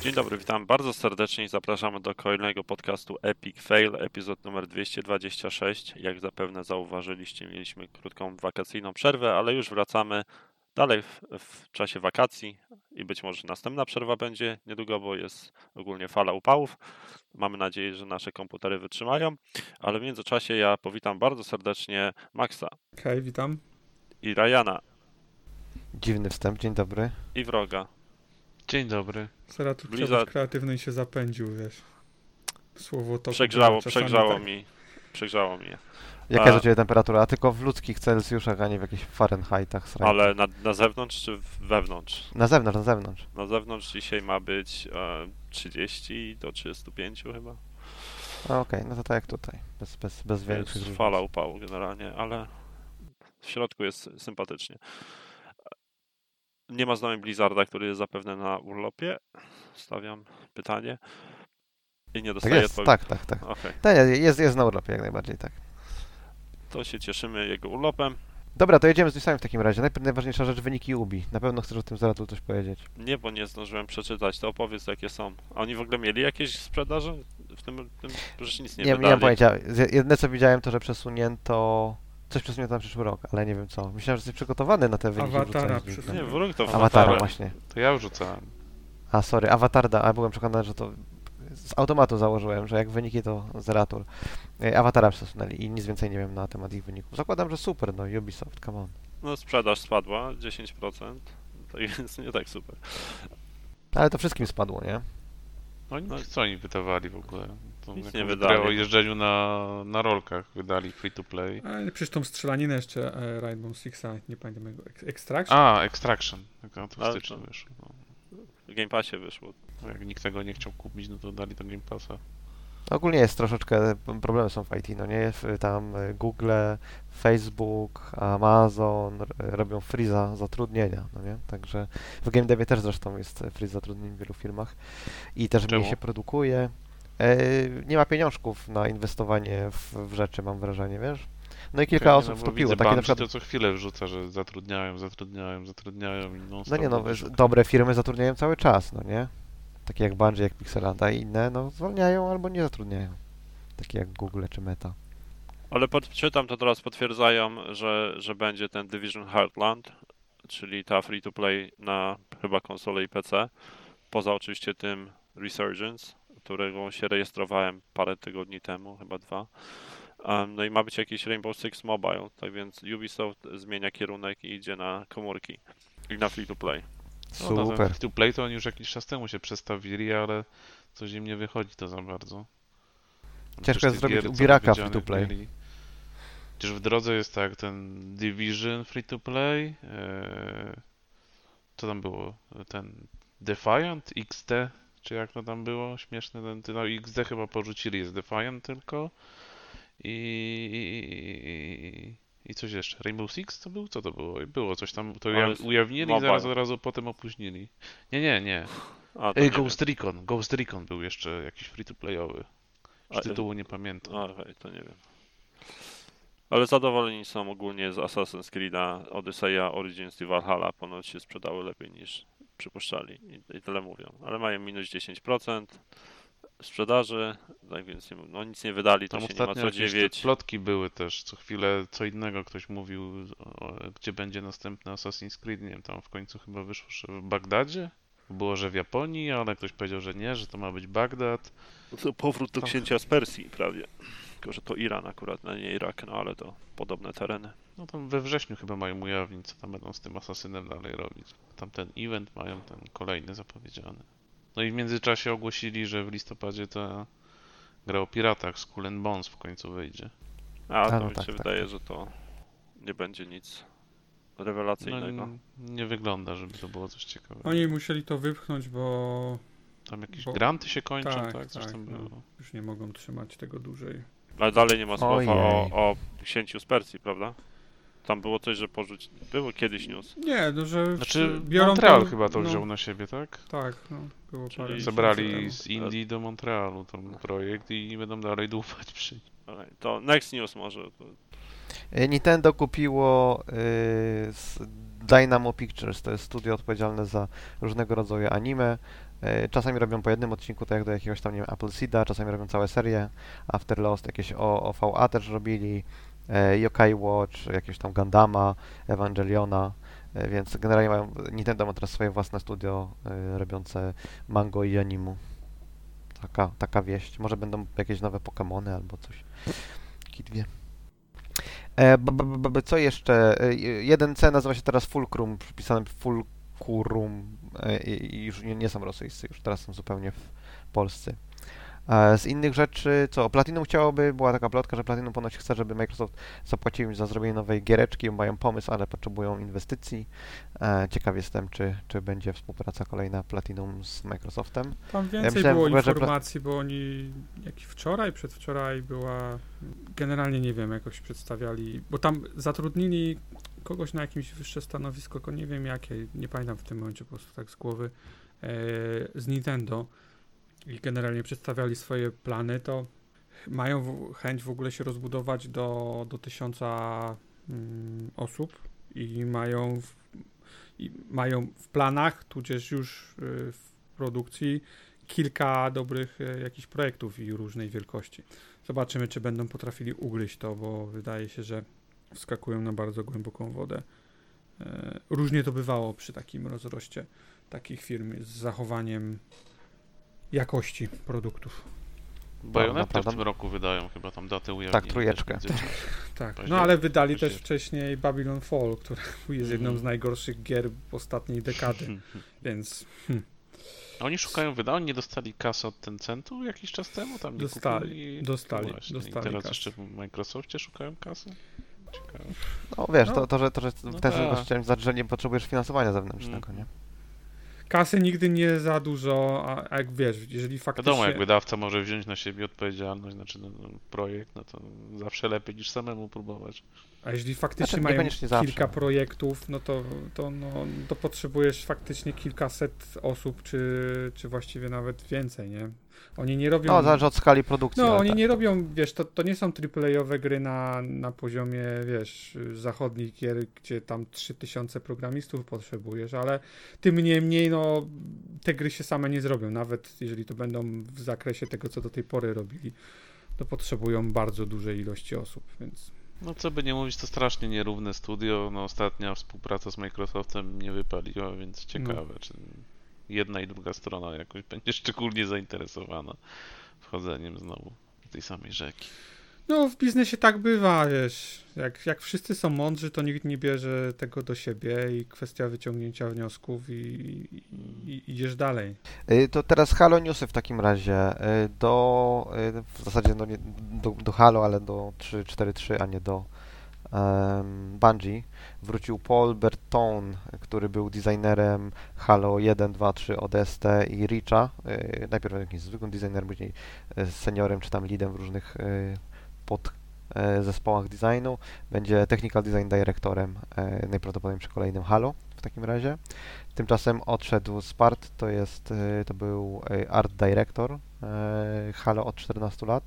Dzień dobry, witam bardzo serdecznie i zapraszamy do kolejnego podcastu Epic Fail, epizod numer 226. Jak zapewne zauważyliście, mieliśmy krótką wakacyjną przerwę, ale już wracamy dalej w czasie wakacji i być może następna przerwa będzie niedługo, bo jest ogólnie fala upałów. Mamy nadzieję, że nasze komputery wytrzymają, ale w międzyczasie ja powitam bardzo serdecznie Maxa Hej, witam. i Ryana Dziwny wstęp, dzień dobry. i Wroga. Dzień dobry. Sara tu chciał Blizzard- być kreatywny i się zapędził, wiesz. Słowo to Przegrzało mnie. Jaka jest u Ciebie temperatura? A tylko w ludzkich Celsjuszach, a nie w jakichś Fahrenheitach. Ale na zewnątrz czy wewnątrz? Na zewnątrz, na zewnątrz. Na zewnątrz dzisiaj ma być 30 do 35 chyba. Okej, no to tak jak tutaj. Bez większych Jest różnic. fala upału generalnie, ale w środku jest sympatycznie. Nie ma z nami Blizzarda, który jest zapewne na urlopie. Stawiam pytanie. I nie Tak dostaje jest, odpowiedzi. tak. Okej. Tak, jest na urlopie jak najbardziej, tak. To się cieszymy jego urlopem. Dobra, to jedziemy z newsami w takim razie. Najpierw najważniejsza rzecz, wyniki Ubi. Na pewno chcesz o tym zaraz tu coś powiedzieć. Nie, bo nie zdążyłem przeczytać. To opowiedz, jakie są. A oni w ogóle mieli jakieś sprzedaże? W tym przecież nic nie Nie wydali. mam pojęcia. Jedyne co widziałem to, że przesunięto... Coś przesunięto na przyszły rok, ale nie wiem co. Myślałem, że jesteś przygotowany na te wyniki. Awatara wrzucając przesunięto. Nie, wróg to Awatara, właśnie. To ja wrzucałem. A, sorry, Awatarda, a byłem przekonany, że to z automatu założyłem, że jak wyniki to z Ratur. Awatara przesunęli i nic więcej nie wiem na temat ich wyników. Zakładam, że super, no Ubisoft, come on. No sprzedaż spadła 10%. To jest nie tak super. Ale to wszystkim spadło, nie? No co oni wydawali w ogóle? To Nic jakąś nie grę wydali. o jeżdżeniu na rolkach wydali free to play. A przecież tą strzelaninę jeszcze Rainbow Sixa, nie pamiętam jego. Extraction? A, Extraction. To w Ale styczniu to- wyszło. No. W Game Passie wyszło. Jak nikt tego nie chciał kupić, no to dali do Game Passa. Ogólnie jest troszeczkę, problemy są w IT, no nie? Tam Google, Facebook, Amazon robią freeza zatrudnienia, no nie? Także w Game Devie też zresztą jest freeze zatrudnień w wielu firmach i też mniej Czemu? się produkuje. Nie ma pieniążków na inwestowanie w rzeczy, mam wrażenie, wiesz? No i kilka Pewnie, osób no, bo wtopiło, widzę, takie na Bungie przykład... to co chwilę wrzuca, że zatrudniają i non No nie no, dobre firmy zatrudniają cały czas, no nie? Takie jak Bungie, jak Pixelanta i inne, no zwalniają albo nie zatrudniają. Takie jak Google czy Meta. Ale czytam, to teraz potwierdzają, że będzie ten Division Heartland, czyli ta free-to-play na chyba konsolę i PC. Poza oczywiście tym Resurgence, którego się rejestrowałem parę tygodni temu, chyba 2. No i ma być jakiś Rainbow Six Mobile, tak więc Ubisoft zmienia kierunek i idzie na komórki i na free-to-play. Super. Free to play to oni już jakiś czas temu się przestawili, ale coś im nie wychodzi to za bardzo. Ciężko jest Przecież tych zrobić gier, co ubiraka powiedzianych free-to-play. mieli. Przecież w drodze jest tak ten Division free to play. Co tam było? Ten Defiant XD, czy jak to tam było? Śmieszne ten. No XD chyba porzucili, jest Defiant tylko. I coś jeszcze. Rainbow Six to był? Co to było? Było coś tam, to Ale jest ujawnili i mobile. zaraz od razu potem opóźnili. Nie. A, to nie wiem. Ghost Recon był jeszcze jakiś free to playowy. A, Już tytułu nie pamiętam. Okej, to nie wiem. Ale zadowoleni są ogólnie z Assassin's Creed'a, Odyseja, Origins i Valhalla. Ponoć się sprzedały lepiej niż przypuszczali i tyle mówią. Ale mają minus 10% sprzedaży, tak więc no, nic nie wydali, to Tam się nie ma ostatnio co jakieś te dziwić. plotki były też, co chwilę co innego ktoś mówił, gdzie będzie następny Assassin's Creed, nie wiem, tam w końcu chyba wyszło, że w Bagdadzie? Było, że w Japonii, ale ktoś powiedział, że nie, że to ma być Bagdad. To powrót do Tam- księcia z Persji prawie. Tylko, że to Iran akurat, a nie Irak, no ale to podobne tereny. No tam we wrześniu chyba mają ujawnić, co tam będą z tym Asasynem dalej robić. Tam ten event mają, ten kolejny zapowiedziany. No i w międzyczasie ogłosili, że w listopadzie ta gra o piratach Skull and Bones w końcu wyjdzie. A to no mi tak, się tak, wydaje, tak. że to nie będzie nic No rewelacyjnego. nie wygląda, żeby to było coś ciekawego. Oni musieli to wypchnąć, bo Tam jakieś bo- granty się kończą, tak, tak? Coś tak, tam no. było. już nie mogą trzymać tego dłużej. Ale dalej nie ma słowa Ojej. o księciu z Persji, prawda? Tam było coś, że było kiedyś news. Nie, no że Znaczy biorą Montreal to, chyba to no, wziął na siebie, tak? Tak, no, było Czyli parę miesięcy Zabrali temu. z Indii do Montrealu ten projekt i będą dalej dłubać przy nim. Okej, to next news może. Nintendo kupiło Dynamo Pictures, to jest studio odpowiedzialne za różnego rodzaju anime. Czasami robią po jednym odcinku, tak jak do jakiegoś tam, nie wiem, Apple Seeda, czasami robią całe serie. After Lost, jakieś OVA też robili, Yokai Watch, jakiegoś tam Gundama, Evangeliona, więc generalnie Nintendo ma teraz swoje własne studio robiące mango i animu. Taka wieść. Może będą jakieś nowe Pokemony albo coś. Kit wie. Co jeszcze? 1C nazywa się teraz Fulcrum, przypisane Fulcrum i już nie są rosyjscy, już teraz są zupełnie polscy. Z innych rzeczy, co Platinum chciałoby, była taka plotka, że Platinum ponoć chce, żeby Microsoft zapłacił im za zrobienie nowej giereczki, mają pomysł, ale potrzebują inwestycji. Ciekaw jestem, czy będzie współpraca kolejna Platinum z Microsoftem. Tam więcej było informacji, bo oni, jak i wczoraj, przedwczoraj była, generalnie nie wiem, jakoś przedstawiali, bo tam zatrudnili kogoś na jakimś wyższe stanowisko, tylko nie wiem jakie, nie pamiętam w tym momencie po prostu tak z głowy, z Nintendo. I generalnie przedstawiali swoje plany, to mają chęć w ogóle się rozbudować do 1000 osób i mają w planach, tudzież już w produkcji kilka dobrych jakichś projektów i różnej wielkości. Zobaczymy, czy będą potrafili ugryźć to, bo wydaje się, że wskakują na bardzo głęboką wodę. Różnie to bywało przy takim rozroście takich firm z zachowaniem jakości produktów. Bajonetę w tym roku wydają, chyba tam datę ujawnili. Tak, trójeczkę. Tak, no ale wydali też wcześniej Babylon Fall, która jest jedną z najgorszych gier ostatniej dekady, więc... Oni szukają wydania, nie dostali kasy od Tencentu jakiś czas temu? Tam nie dostali. I teraz jeszcze w Microsoftie szukają kasy? Ciekawe. No wiesz, że w ten sposób chciałem znać, że nie potrzebujesz finansowania zewnętrznego, nie? Kasy nigdy nie za dużo, a jak wiesz, jeżeli faktycznie... Wiadomo, jak wydawca może wziąć na siebie odpowiedzialność, znaczy projekt, no to zawsze lepiej niż samemu próbować. A jeżeli faktycznie mają kilka projektów, no to potrzebujesz faktycznie kilkaset osób, czy właściwie nawet więcej, nie? Oni nie robią... No, zależy od skali produkcji. No, oni nie robią, wiesz, to nie są AAA-owe gry na poziomie, wiesz, zachodnich gier, gdzie tam 3000 programistów potrzebujesz, ale tym niemniej, no, te gry się same nie zrobią, nawet jeżeli to będą w zakresie tego, co do tej pory robili, to potrzebują bardzo dużej ilości osób, więc... No co by nie mówić, to strasznie nierówne studio. No ostatnia współpraca z Microsoftem nie wypaliła, więc ciekawe, czy jedna i druga strona jakoś będzie szczególnie zainteresowana wchodzeniem znowu do tej samej rzeki. No w biznesie tak bywa, wiesz, jak wszyscy są mądrzy, to nikt nie bierze tego do siebie i kwestia wyciągnięcia wniosków i idziesz dalej. To teraz Halo Newsy w takim razie. W zasadzie no nie, do Halo, ale do 3.4.3, a nie do Bungie. Wrócił Paul Bertone, który był designerem Halo 1, 2, 3, ODST i Reacha. Najpierw jakimś zwykłym designerem, później seniorem czy tam leadem w różnych zespołach designu. Będzie Technical Design Directorem najprawdopodobniej przy kolejnym Halo w takim razie. Tymczasem odszedł Spart, to był Art Director Halo od 14 lat.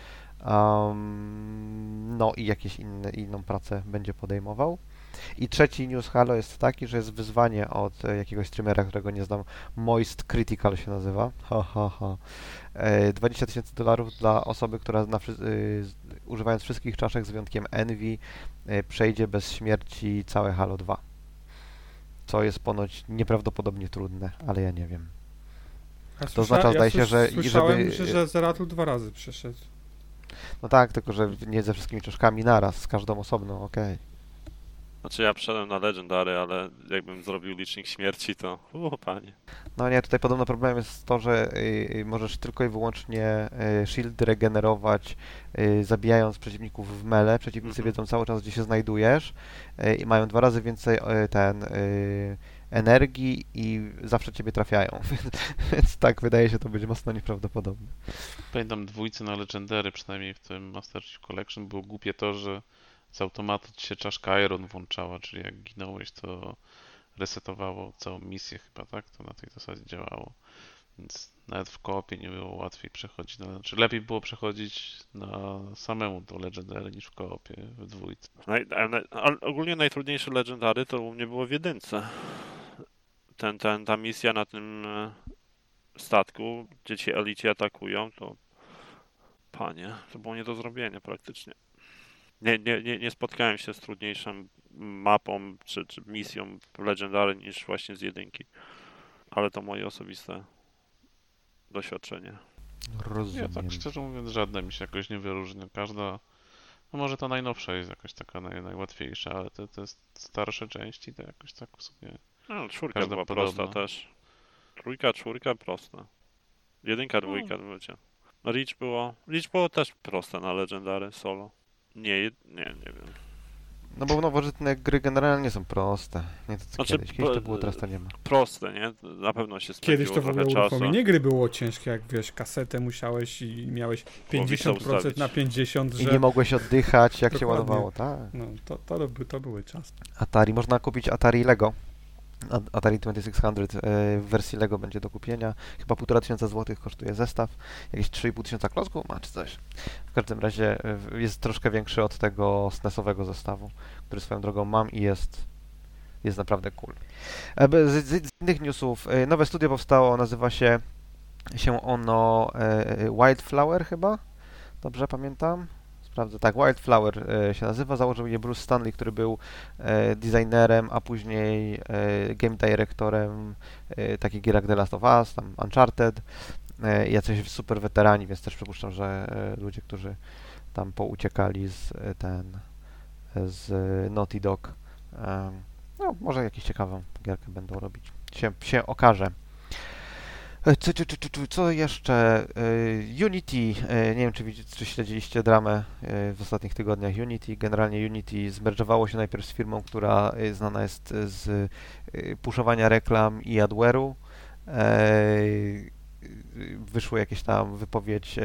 No i jakieś inną pracę będzie podejmował. I trzeci news Halo jest taki, że jest wyzwanie od jakiegoś streamera, którego nie znam, Moist Critical się nazywa. $20,000 dla osoby, która używając wszystkich czaszek z wyjątkiem Envy przejdzie bez śmierci całe Halo 2. Co jest ponoć nieprawdopodobnie trudne, ale ja nie wiem. To oznacza, zdaje się, że... Słyszałem, że Zeratul 2 razy przeszedł. No tak, tylko że nie ze wszystkimi czaszkami naraz, z każdą osobną, okej. Znaczy ja wszedłem na Legendary, ale jakbym zrobił licznik śmierci, to panie. No nie, tutaj podobno problemem jest to, że możesz tylko i wyłącznie shieldy regenerować, zabijając przeciwników w melee. Przeciwnicy wiedzą cały czas, gdzie się znajdujesz i mają 2 razy więcej energii i zawsze ciebie trafiają. Więc tak, wydaje się, to będzie mocno nieprawdopodobne. Pamiętam dwójce na Legendary, przynajmniej w tym Master Chief Collection, było głupie to, że z automatu ci się czaszka Iron włączała, czyli jak ginąłeś, to resetowało całą misję chyba, tak? To na tej zasadzie działało. Więc nawet w koopie nie było łatwiej przechodzić. Znaczy lepiej było przechodzić samemu do Legendary niż w koopie w dwójce. Ogólnie najtrudniejsze Legendary to u mnie było w jedynce. Ta misja na tym statku, gdzie ci elici atakują, to panie, to było nie do zrobienia praktycznie. Nie spotkałem się z trudniejszą mapą czy misją w Legendary niż właśnie z 1. Ale to moje osobiste doświadczenie. Ja Rozumiem. tak szczerze mówiąc, żadna mi się jakoś nie wyróżnia. Każda, no może ta najnowsza jest jakoś taka najłatwiejsza, ale te starsze części to jakoś tak w sumie No, 4 każda była podobna. prosta też. 3, 4 prosta. 1, 2 wiecie. No Reach było też proste na Legendary solo. Nie wiem. No bo nowożytne gry generalnie są proste. Nie to co Znaczy, kiedyś. Kiedyś to było, teraz to nie ma. Proste, nie? Na pewno się spędziło Kiedyś to w trochę ogóle czasu. uruchomienie gry było ciężkie, jak wiesz, kasetę musiałeś i miałeś 50% na 50, I że... nie mogłeś oddychać, jak się Dokładnie. ładowało, tak. No, to były czasy. Atari, można kupić Atari Lego. Atari 2600 w wersji Lego będzie do kupienia. Chyba 1500 zł kosztuje zestaw. Jakieś 3500 klocków ma czy coś. W każdym razie jest troszkę większy od tego SNES-owego zestawu, który swoją drogą mam i jest naprawdę cool. Z innych newsów, nowe studio powstało, nazywa się ono Wildflower chyba? Dobrze pamiętam? Sprawdzę, tak, Wildflower się nazywa, założył je Bruce Stanley, który był designerem, a później game directorem takich gier jak The Last of Us, tam Uncharted, jacyś super weterani, więc też przypuszczam, że ludzie, którzy tam pouciekali z Naughty Dog, no może jakąś ciekawą gierkę będą robić. Się okaże. Co jeszcze? Unity. Nie wiem, czy śledziliście dramę w ostatnich tygodniach Unity. Generalnie Unity zmerdżowało się najpierw z firmą, która znana jest z puszowania reklam i adware'u. Wyszło jakieś tam wypowiedź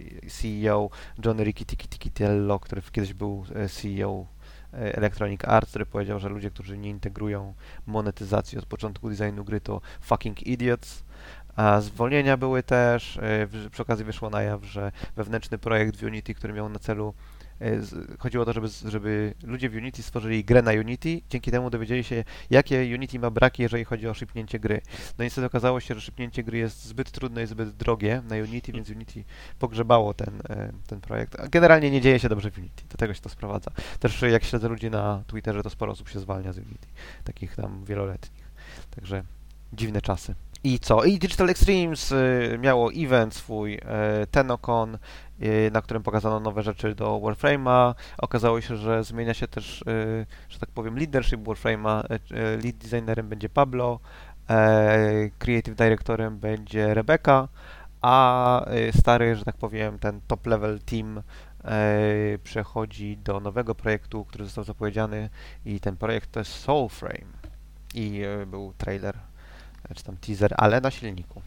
CEO Johnny Riccitiello, który kiedyś był CEO Electronic Arts, który powiedział, że ludzie, którzy nie integrują monetyzacji od początku designu gry, to fucking idiots. A zwolnienia były też. Przy okazji wyszło na jaw, że wewnętrzny projekt w Unity, który miał na celu, chodziło o to, żeby ludzie w Unity stworzyli grę na Unity, dzięki temu dowiedzieli się, jakie Unity ma braki, jeżeli chodzi o szybnięcie gry. No niestety okazało się, że szybnięcie gry jest zbyt trudne i zbyt drogie na Unity, więc Unity pogrzebało ten projekt. A generalnie nie dzieje się dobrze w Unity, do tego się to sprowadza. Też jak śledzę ludzi na Twitterze, to sporo osób się zwalnia z Unity, takich tam wieloletnich. Także dziwne czasy. I co? I Digital Extremes miało event swój, TennoCon, na którym pokazano nowe rzeczy do Warframe'a. Okazało się, że zmienia się też, że tak powiem, leadership Warframe'a. Lead designerem będzie Pablo, creative directorem będzie Rebecca, a stary, że tak powiem, ten top level team przechodzi do nowego projektu, który został zapowiedziany i ten projekt to jest Soulframe. I był trailer czy tam teaser, ale na silniku.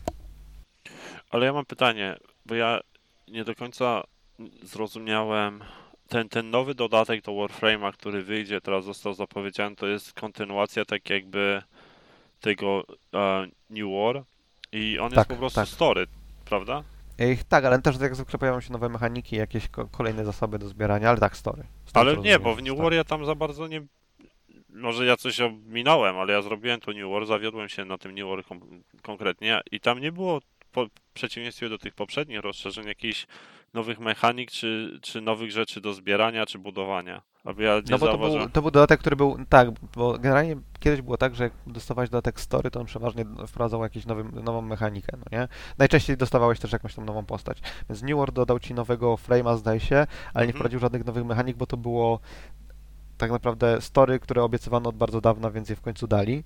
Ale ja mam pytanie, bo ja nie do końca zrozumiałem. Ten nowy dodatek do Warframe'a, który wyjdzie, teraz został zapowiedziany, to jest kontynuacja tak jakby tego New War i on jest po prostu story, prawda? Tak, ale też jak zwykle pojawią się nowe mechaniki, jakieś kolejne zasoby do zbierania, ale tak, story. Ale nie, bo w New War ja tam za bardzo nie... Może ja coś ominąłem, ale ja zrobiłem to New War, zawiodłem się na tym New War konkretnie i tam nie było, w przeciwieństwie do tych poprzednich rozszerzeń, jakichś nowych mechanik, czy nowych rzeczy do zbierania, czy budowania. Albo ja nie no bo to był dodatek, który był, tak, bo generalnie kiedyś było tak, że jak dostawałeś dodatek story, to on przeważnie wprowadzał jakąś nową mechanikę, no nie? Najczęściej dostawałeś też jakąś tą nową postać. Więc New War dodał ci nowego frame'a, zdaje się, ale nie wprowadził żadnych nowych mechanik, bo to było tak naprawdę story, które obiecywano od bardzo dawna, więc je w końcu dali,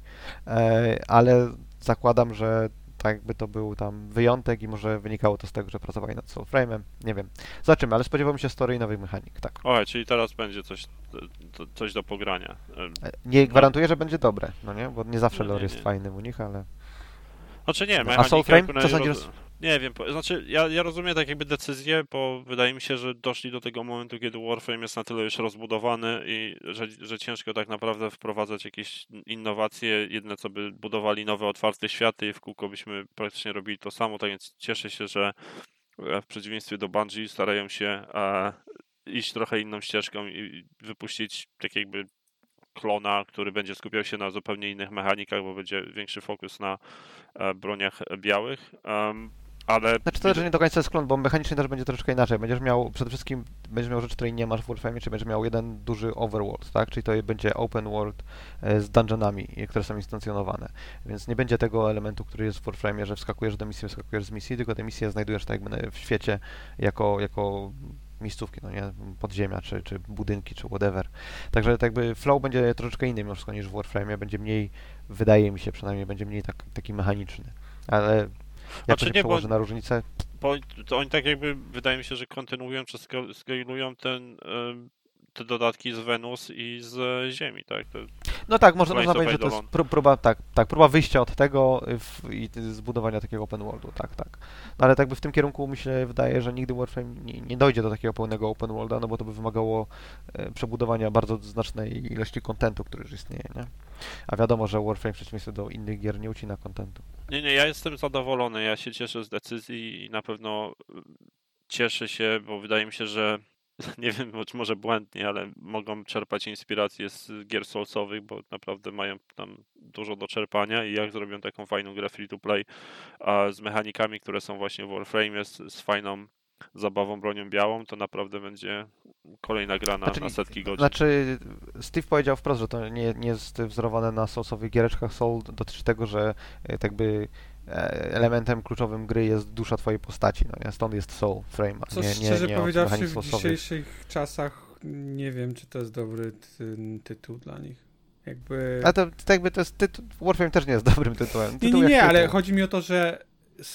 ale zakładam, że tak jakby to był tam wyjątek i może wynikało to z tego, że pracowali nad Soulframe'em, nie wiem. Zobaczymy, ale spodziewam się story i nowych mechanik, tak. O, czyli teraz będzie coś do pogrania. Nie gwarantuję, że będzie dobre, no nie? Bo nie zawsze lore jest fajny u nich, ale... Znaczy nie, A Soulframe? Co sądzisz? Nie wiem, znaczy ja rozumiem tak jakby decyzję, bo wydaje mi się, że doszli do tego momentu, kiedy Warframe jest na tyle już rozbudowany i że ciężko tak naprawdę wprowadzać jakieś innowacje, jedne co by budowali nowe, otwarte światy i w kółko byśmy praktycznie robili to samo, tak więc cieszę się, że w przeciwieństwie do Bungie starają się iść trochę inną ścieżką i wypuścić tak jakby klona, który będzie skupiał się na zupełnie innych mechanikach, bo będzie większy fokus na broniach białych. Ale Znaczy to, że nie do końca jest klon, bo mechanicznie też będzie troszeczkę inaczej. Przede wszystkim będziesz miał rzecz, której nie masz w Warframe, czyli będziesz miał jeden duży overworld, tak? Czyli to będzie open world z dungeonami, które są instancjonowane. Więc nie będzie tego elementu, który jest w Warframe, że wskakujesz do misji, wyskakujesz z misji, tylko te misje znajdujesz tak jakby w świecie jako miejscówki, no nie? Podziemia, czy budynki, czy whatever. Także tak jakby flow będzie troszeczkę inny mimo wszystko niż w Warframe, będzie mniej, wydaje mi się przynajmniej, będzie mniej taki mechaniczny. Ale jak to się przełoży na różnicę? Bo to oni tak jakby, wydaje mi się, że kontynuują czy skalują te dodatki z Wenus i z Ziemi, tak? No tak, można powiedzieć, że to jest próba wyjścia od tego i zbudowania takiego open worldu, tak. No ale tak by w tym kierunku mi się wydaje, że nigdy Warframe nie dojdzie do takiego pełnego open worlda, no bo to by wymagało przebudowania bardzo znacznej ilości kontentu, który już istnieje, nie? A wiadomo, że Warframe w przeciwieństwie do innych gier nie ucina kontentu. Nie, ja jestem zadowolony, ja się cieszę z decyzji i na pewno cieszę się, bo wydaje mi się, że nie wiem, może błędnie, ale mogą czerpać inspiracje z gier soulsowych, bo naprawdę mają tam dużo do czerpania i jak zrobią taką fajną grę free to play z mechanikami, które są właśnie w Warframe, z fajną zabawą, bronią białą, to naprawdę będzie kolejna gra na setki godzin. Znaczy, Steve powiedział wprost, że to nie jest wzorowane na soulsowych giereczkach. Soul dotyczy tego, że tak by elementem kluczowym gry jest dusza twojej postaci, no nie? Stąd jest soul frame, szczerze nie powiedziawszy, w dzisiejszych czasach nie wiem, czy to jest dobry tytuł dla nich. A to jest tytuł, Warframe też nie jest dobrym tytułem. Nie, ale chodzi mi o to, że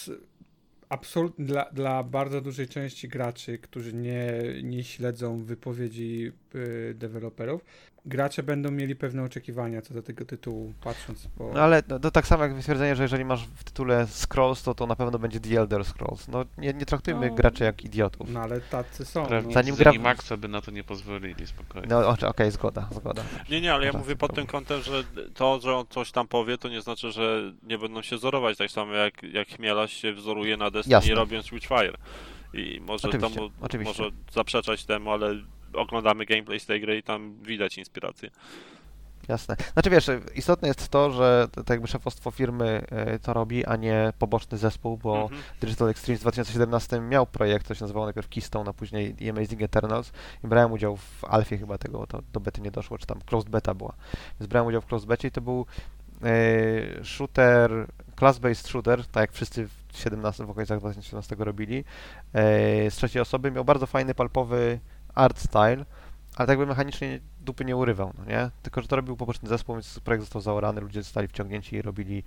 absolutnie dla bardzo dużej części graczy, którzy nie śledzą wypowiedzi deweloperów, gracze będą mieli pewne oczekiwania co do tego tytułu, patrząc po... No ale to tak samo jak stwierdzenie, że jeżeli masz w tytule Scrolls, to na pewno będzie The Elder Scrolls. No nie traktujmy graczy jak idiotów. No ale tacy są. Zanim Maxa by na to nie pozwolili, spokojnie. No okej, zgoda. Nie, ale ja mówię pod tym kątem, że to, że on coś tam powie, to nie znaczy, że nie będą się wzorować, tak samo jak Chmielarz się wzoruje na Destiny, robiąc Witchfire. I może może zaprzeczać temu, ale oglądamy gameplay z tej gry i tam widać inspirację. Jasne. Znaczy wiesz, istotne jest to, że tak jakby szefostwo firmy to robi, a nie poboczny zespół, bo Digital Extremes w 2017 miał projekt, który się nazywał najpierw Keystone, a później The Amazing Eternals i brałem udział w alfie chyba tego, to do bety nie doszło, czy tam closed beta była. Więc brałem udział w closed becie i to był shooter, class-based shooter, tak jak wszyscy w okolicach 2017 robili, z trzeciej osoby, miał bardzo fajny, palpowy art style, ale tak jakby mechanicznie dupy nie urywał, no nie? Tylko, że to robił poboczny zespół, więc projekt został zaorany, ludzie zostali wciągnięci i robili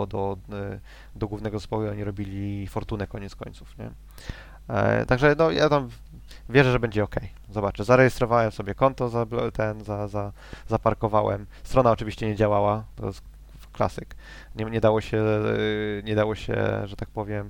do głównego zespołu, oni robili fortunę koniec końców, nie? Także no ja tam wierzę, że będzie ok. Zobaczę. Zarejestrowałem sobie konto, zaparkowałem. Strona oczywiście nie działała, to jest klasyk. Nie dało się, że tak powiem,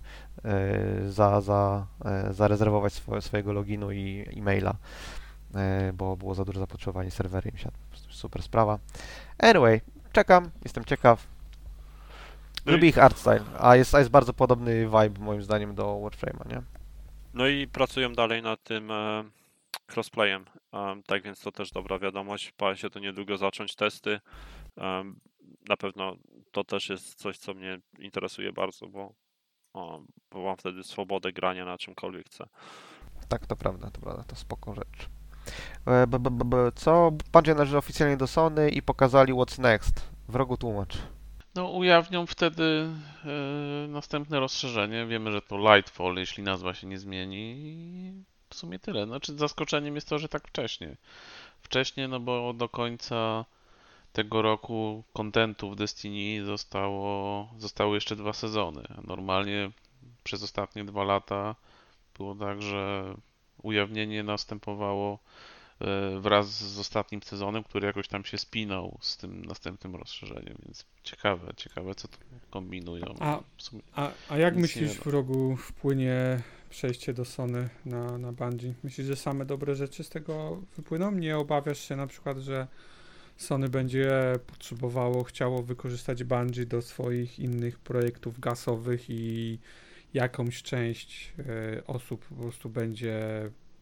zarezerwować swojego loginu i e-maila, bo było za duże zapotrzebowanie, serwery im siadły. Super sprawa. Anyway, czekam, jestem ciekaw. Lubię ich art style, a jest bardzo podobny vibe moim zdaniem do Warframe'a, nie? No i pracują dalej nad tym crossplayem, tak więc to też dobra wiadomość. Ma się to niedługo zacząć testy. Na pewno to też jest coś, co mnie interesuje bardzo, bo mam wtedy swobodę grania na czymkolwiek chcę. Tak, to prawda, to spoko rzecz. Co? Bungie należy oficjalnie do Sony i pokazali What's Next. Wrogu tłumacz. No ujawnią wtedy następne rozszerzenie. Wiemy, że to Lightfall, jeśli nazwa się nie zmieni. I w sumie tyle. Znaczy zaskoczeniem jest to, że tak wcześnie. Wcześnie, no bo do końca tego roku kontentu w Destiny zostały jeszcze 2 sezony. Normalnie przez ostatnie 2 lata było tak, że ujawnienie następowało wraz z ostatnim sezonem, który jakoś tam się spinał z tym następnym rozszerzeniem, więc ciekawe co tu kombinują. A jak myślisz, Wrogu, wpłynie przejście do Sony na Bungie? Myślisz, że same dobre rzeczy z tego wypłyną? Nie obawiasz się na przykład, że Sony będzie chciało wykorzystać Bungie do swoich innych projektów gasowych i jakąś część osób po prostu będzie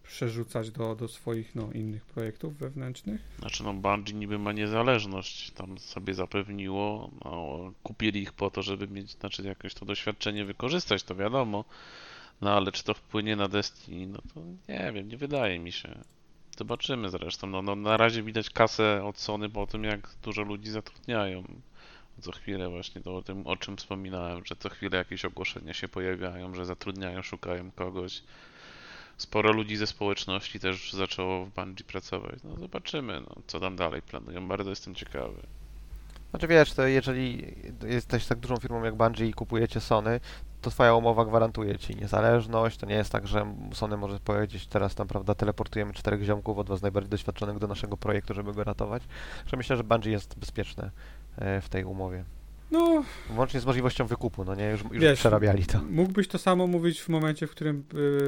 przerzucać do swoich innych projektów wewnętrznych. Znaczy Bungie niby ma niezależność, tam sobie zapewniło, kupili ich po to, żeby mieć, znaczy jakoś to doświadczenie wykorzystać, to wiadomo, no ale czy to wpłynie na Destiny, no to nie wiem, nie wydaje mi się. Zobaczymy zresztą, no na razie widać kasę od Sony po tym, jak dużo ludzi zatrudniają. Co chwilę właśnie to o czym wspominałem, że co chwilę jakieś ogłoszenia się pojawiają, że zatrudniają, szukają kogoś. Sporo ludzi ze społeczności też zaczęło w Bungie pracować. No zobaczymy, co tam dalej planują. Bardzo jestem ciekawy. Znaczy wiesz, to jeżeli jesteś tak dużą firmą jak Bungie i kupujecie Sony, to twoja umowa gwarantuje ci niezależność. To nie jest tak, że Sony może powiedzieć teraz tam, prawda, teleportujemy 4 ziomków od was najbardziej doświadczonych do naszego projektu, żeby go ratować. Że myślę, że Bungie jest bezpieczne w tej umowie. No, Włącznie z możliwością wykupu, no nie? Już wiesz, przerabiali to. Mógłbyś to samo mówić w momencie, w którym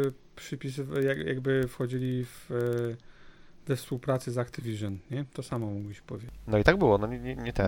jakby wchodzili we współpracy z Activision, nie? To samo mógłbyś powiedzieć. No i tak było, no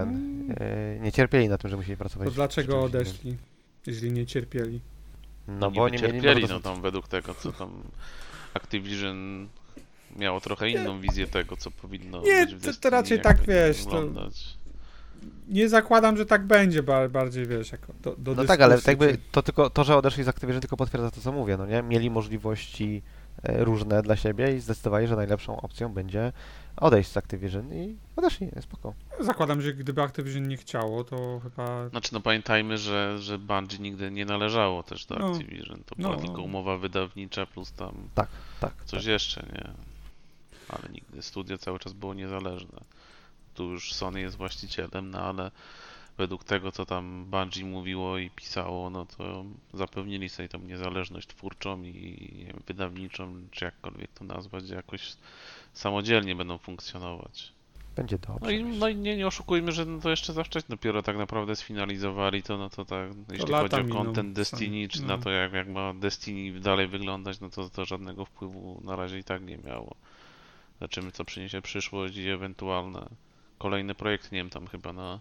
nie cierpieli na tym, że musieli pracować. To dlaczego odeszli, jeżeli nie cierpieli? No bo nie mieli cierpieli, no tam według tego, co tam Activision miało trochę inną wizję tego, co powinno nie, być w to Destiny, raczej tak, wiesz, wyglądać. Nie zakładam, że tak będzie, bardziej, wiesz, jako do No tak, ale dyskusji, jakby to tylko to, że odeszli z Activision tylko potwierdza to, co mówię, no nie? Mieli możliwości różne dla siebie i zdecydowali, że najlepszą opcją będzie odejść z Activision i odeszli, spoko. Zakładam, że gdyby Activision nie chciało, to chyba... Znaczy, no pamiętajmy, że Bungie nigdy nie należało też do No. Activision. To była tylko umowa wydawnicza plus tam coś jeszcze, nie? Ale nigdy studio cały czas było niezależne. Tu już Sony jest właścicielem, no ale według tego, co tam Bungie mówiło i pisało, no to zapewnili sobie tą niezależność twórczą i nie wiem, wydawniczą, czy jakkolwiek to nazwać, że jakoś samodzielnie będą funkcjonować. Będzie dobrze. No i nie oszukujmy, że to jeszcze za wcześnie dopiero tak naprawdę sfinalizowali to, no to tak, jeśli chodzi o content Destiny, czy na to jak ma Destiny dalej wyglądać, no to żadnego wpływu na razie i tak nie miało. Zobaczymy, co przyniesie przyszłość i ewentualne kolejne projekty, nie wiem, tam chyba na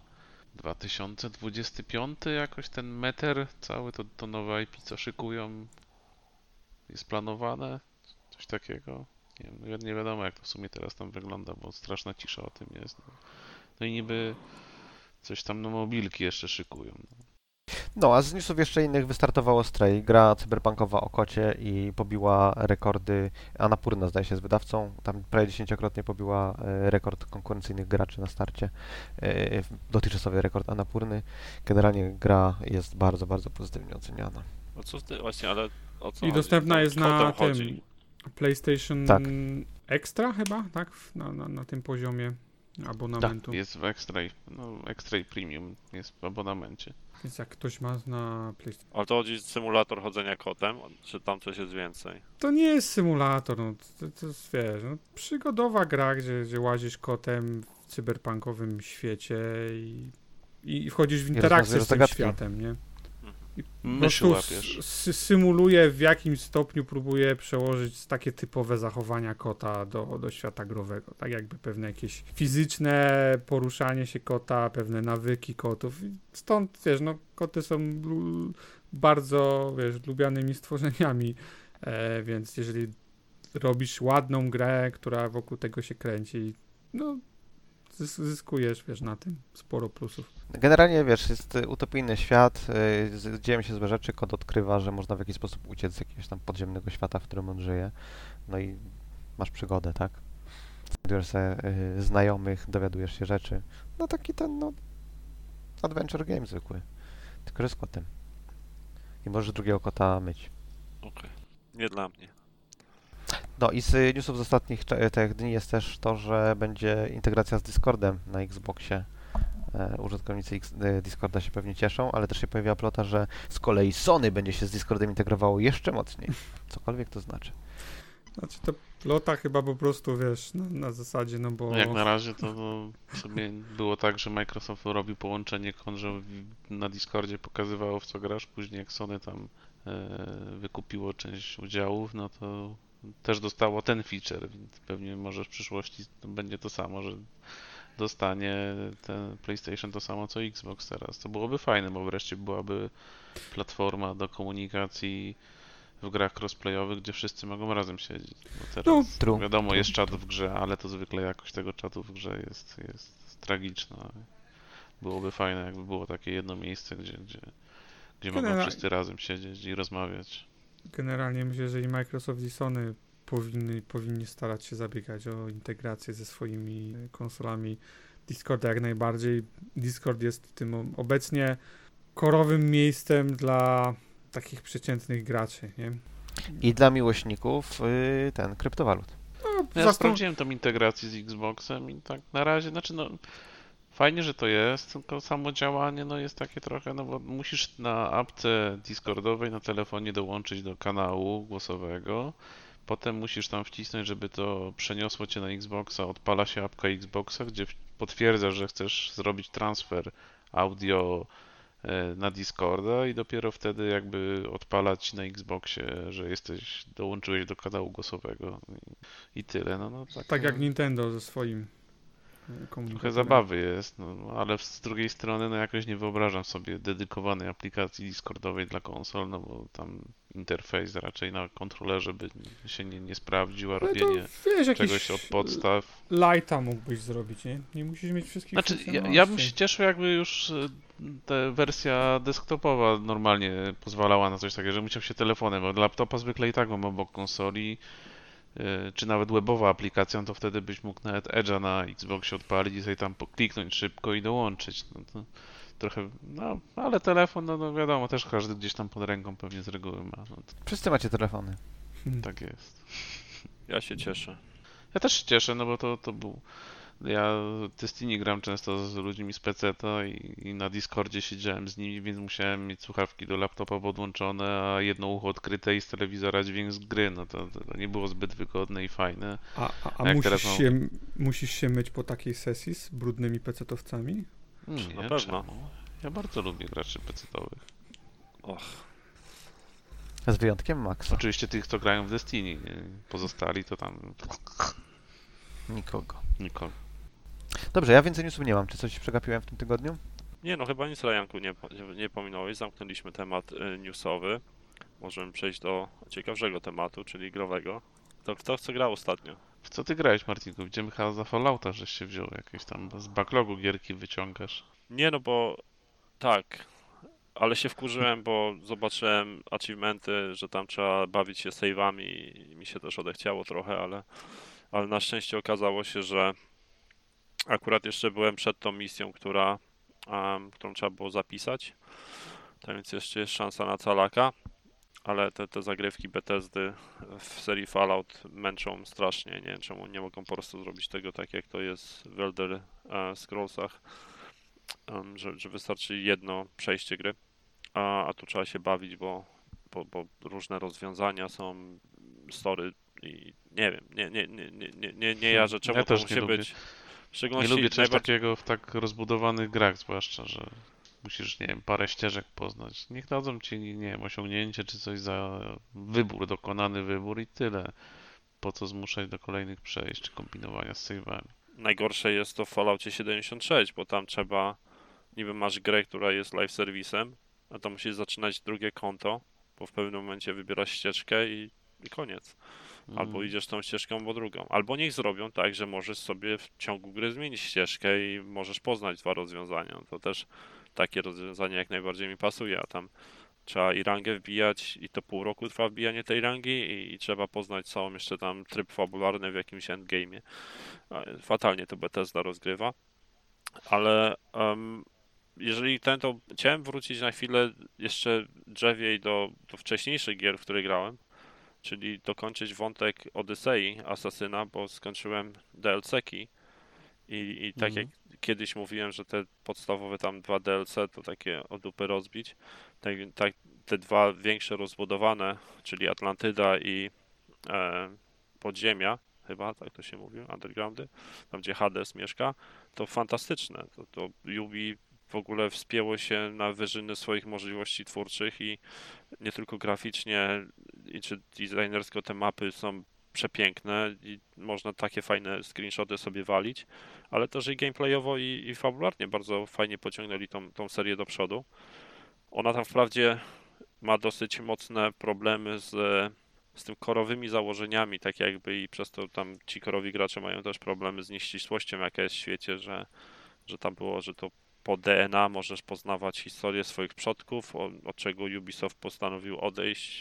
2025 jakoś ten Meter, cały to nowe IP, co szykują, jest planowane, coś takiego. Nie wiem, nie wiadomo, jak to w sumie teraz tam wygląda, bo straszna cisza o tym jest. No i niby coś tam na mobilki jeszcze szykują. No, a z newsów jeszcze innych wystartowało Stray, gra cyberpunkowa o kocie i pobiła rekordy, Annapurna zdaje się z wydawcą, tam prawie 10-krotnie pobiła rekord konkurencyjnych graczy na starcie, dotychczasowy rekord Annapurny. Generalnie gra jest bardzo, bardzo pozytywnie oceniana. No co ty, właśnie, ale o co I dostępna chodzi? jest na chodzi? tym PlayStation Tak. Extra chyba, tak? Na tym poziomie abonamentu. Tak, jest w Extra i Premium jest w abonamencie. Więc jak ktoś ma na PlayStation... Ale to chodzi symulator chodzenia kotem, czy tam coś jest więcej? To nie jest symulator, no, to jest, wiesz, no, przygodowa gra, gdzie łazisz kotem w cyberpunkowym świecie i wchodzisz w interakcję z tym światem, nie? I myszy łapiesz. Symuluje, w jakim stopniu próbuje przełożyć takie typowe zachowania kota do świata growego. Tak jakby pewne jakieś fizyczne poruszanie się kota, pewne nawyki kotów. I stąd, wiesz, no, koty są bardzo, wiesz, lubianymi stworzeniami, więc jeżeli robisz ładną grę, która wokół tego się kręci, no zyskujesz, wiesz, na tym sporo plusów. Generalnie, wiesz, jest utopijny świat, dzieją się złe rzeczy, kot odkrywa, że można w jakiś sposób uciec z jakiegoś tam podziemnego świata, w którym on żyje, no i masz przygodę, tak? Znajdujesz sobie znajomych, dowiadujesz się rzeczy, no taki ten, no, adventure game zwykły, tylko że z kotem. I możesz drugiego kota myć. Okej. Nie dla mnie. No i z newsów z ostatnich tych dni jest też to, że będzie integracja z Discordem na Xboxie. Użytkownicy Discorda się pewnie cieszą, ale też się pojawiła plota, że z kolei Sony będzie się z Discordem integrowało jeszcze mocniej. Cokolwiek to znaczy. Znaczy to plota chyba po prostu, wiesz, na zasadzie, no bo... Jak na razie to sobie było tak, że Microsoft robił połączenie kont, że na Discordzie pokazywało, w co grasz, później jak Sony tam wykupiło część udziałów, no to też dostało ten feature, więc pewnie może w przyszłości będzie to samo, że dostanie ten PlayStation to samo co Xbox teraz. To byłoby fajne, bo wreszcie byłaby platforma do komunikacji w grach crossplayowych, gdzie wszyscy mogą razem siedzieć. No No, teraz true. wiadomo, jest czat w grze, ale to zwykle jakość tego czatu w grze jest tragiczna. Byłoby fajne, jakby było takie jedno miejsce, gdzie mogą Genera- wszyscy razem siedzieć i rozmawiać. Generalnie myślę, że i Microsoft i Sony powinni starać się zabiegać o integrację ze swoimi konsolami Discorda jak najbardziej. Discord jest tym obecnie korowym miejscem dla takich przeciętnych graczy, nie? I dla miłośników kryptowalut. Ja sprawdziłem tą integrację z Xboxem i tak na razie, fajnie, że to jest, tylko samo działanie jest takie trochę, bo musisz na apce Discordowej na telefonie dołączyć do kanału głosowego, potem musisz tam wcisnąć, żeby to przeniosło cię na Xboxa, odpala się apka Xboxa, gdzie potwierdzasz, że chcesz zrobić transfer audio na Discorda i dopiero wtedy jakby odpalać na Xboxie, że dołączyłeś do kanału głosowego i tyle. Tak jak Nintendo ze swoim Trochę komunikatorem. zabawy jest, ale z drugiej strony jakoś nie wyobrażam sobie dedykowanej aplikacji Discordowej dla konsol, bo tam interfejs raczej na kontrolerze by się nie sprawdził, a robienie Wiesz, czegoś od podstaw. Lighta mógłbyś zrobić, nie? Nie musisz mieć wszystkich Znaczy, funkcjonalności. ja bym się cieszył, jakby już ta wersja desktopowa normalnie pozwalała na coś takiego, że musiał się telefonem, bo laptopa zwykle i tak mam obok konsoli, czy nawet webowa aplikacja, to wtedy byś mógł nawet Edge'a na Xboxie odpalić i sobie tam kliknąć szybko i dołączyć. To trochę, ale telefon, wiadomo, też każdy gdzieś tam pod ręką pewnie z reguły ma. Wszyscy macie telefony. Tak jest. Ja się cieszę. Ja też się cieszę, bo to był... Ja Destiny gram często z ludźmi z PC-ta i na Discordzie siedziałem z nimi, więc musiałem mieć słuchawki do laptopa podłączone, a jedno ucho odkryte i z telewizora dźwięk z gry. To nie było zbyt wygodne i fajne. A Jak musisz, teraz musisz się myć po takiej sesji z brudnymi pecetowcami? Nie, Na pewno. czemu? Ja bardzo lubię graczy PC-towych. Och, Z wyjątkiem Maxa. Oczywiście tych, co grają w Destiny. Nie? Pozostali to tam Nikogo. nikogo. Dobrze, ja więcej newsów nie mam. Czy coś przegapiłem w tym tygodniu? nie chyba nic, Rajanku, nie pominąłeś. Zamknęliśmy temat newsowy. Możemy przejść do ciekawszego tematu, czyli growego. Kto w co grał ostatnio? W co ty grałeś, Martinku? Widzimy chyba za Fallouta, żeś się wziął jakieś tam z backlogu gierki wyciągasz. Nie, bo tak, ale się wkurzyłem, bo zobaczyłem achievementy, że tam trzeba bawić się save'ami i mi się też odechciało trochę, ale na szczęście okazało się, że akurat jeszcze byłem przed tą misją, którą trzeba było zapisać. Tak więc jeszcze jest szansa na calaka, ale te zagrywki Bethesdy w serii Fallout męczą strasznie. Nie wiem, czemu nie mogą po prostu zrobić tego tak, jak to jest w Elder Scrollsach, że wystarczy jedno przejście gry, a tu trzeba się bawić, bo różne rozwiązania są, story i nie wiem, nie ja, że czemu Ja to też musi nie lubię. być. W Nie szczególności lubię czegoś takiego w tak rozbudowanych grach, zwłaszcza, że musisz, nie wiem, parę ścieżek poznać. Niech dadzą ci, nie wiem, osiągnięcie czy coś za wybór, dokonany wybór i tyle. Po co zmuszać do kolejnych przejść czy kombinowania z save'ami? Najgorsze jest to w Falloutie 76, bo tam trzeba, niby masz grę, która jest live serwisem, a to musisz zaczynać drugie konto, bo w pewnym momencie wybierasz ścieżkę i koniec. Albo idziesz tą ścieżką, bo drugą. Albo niech zrobią tak, że możesz sobie w ciągu gry zmienić ścieżkę i możesz poznać dwa rozwiązania. To też takie rozwiązanie jak najbardziej mi pasuje, a tam trzeba i rangę wbijać i to pół roku trwa wbijanie tej rangi i trzeba poznać całą jeszcze tam tryb fabularny w jakimś endgame'ie. Fatalnie to Bethesda rozgrywa, ale jeżeli to chciałem wrócić na chwilę jeszcze drzewiej do wcześniejszych gier, w które grałem, czyli dokończyć wątek Odysei Asasyna, bo skończyłem DLC-ki i tak jak kiedyś mówiłem, że te podstawowe tam 2 DLC to takie o dupy rozbić, tak te dwa większe rozbudowane, czyli Atlantyda i Podziemia, chyba tak to się mówi, Undergroundy, tam gdzie Hades mieszka, to fantastyczne. To Ubi w ogóle wspięło się na wyżyny swoich możliwości twórczych i nie tylko graficznie, czy designersko te mapy są przepiękne i można takie fajne screenshoty sobie walić, ale też i gameplayowo i fabularnie bardzo fajnie pociągnęli tą serię do przodu. Ona tam wprawdzie ma dosyć mocne problemy z tym korowymi założeniami, tak jakby, i przez to tam ci korowi gracze mają też problemy z nieścisłością, jaka jest w świecie, że tam było, że to po DNA możesz poznawać historię swoich przodków, od czego Ubisoft postanowił odejść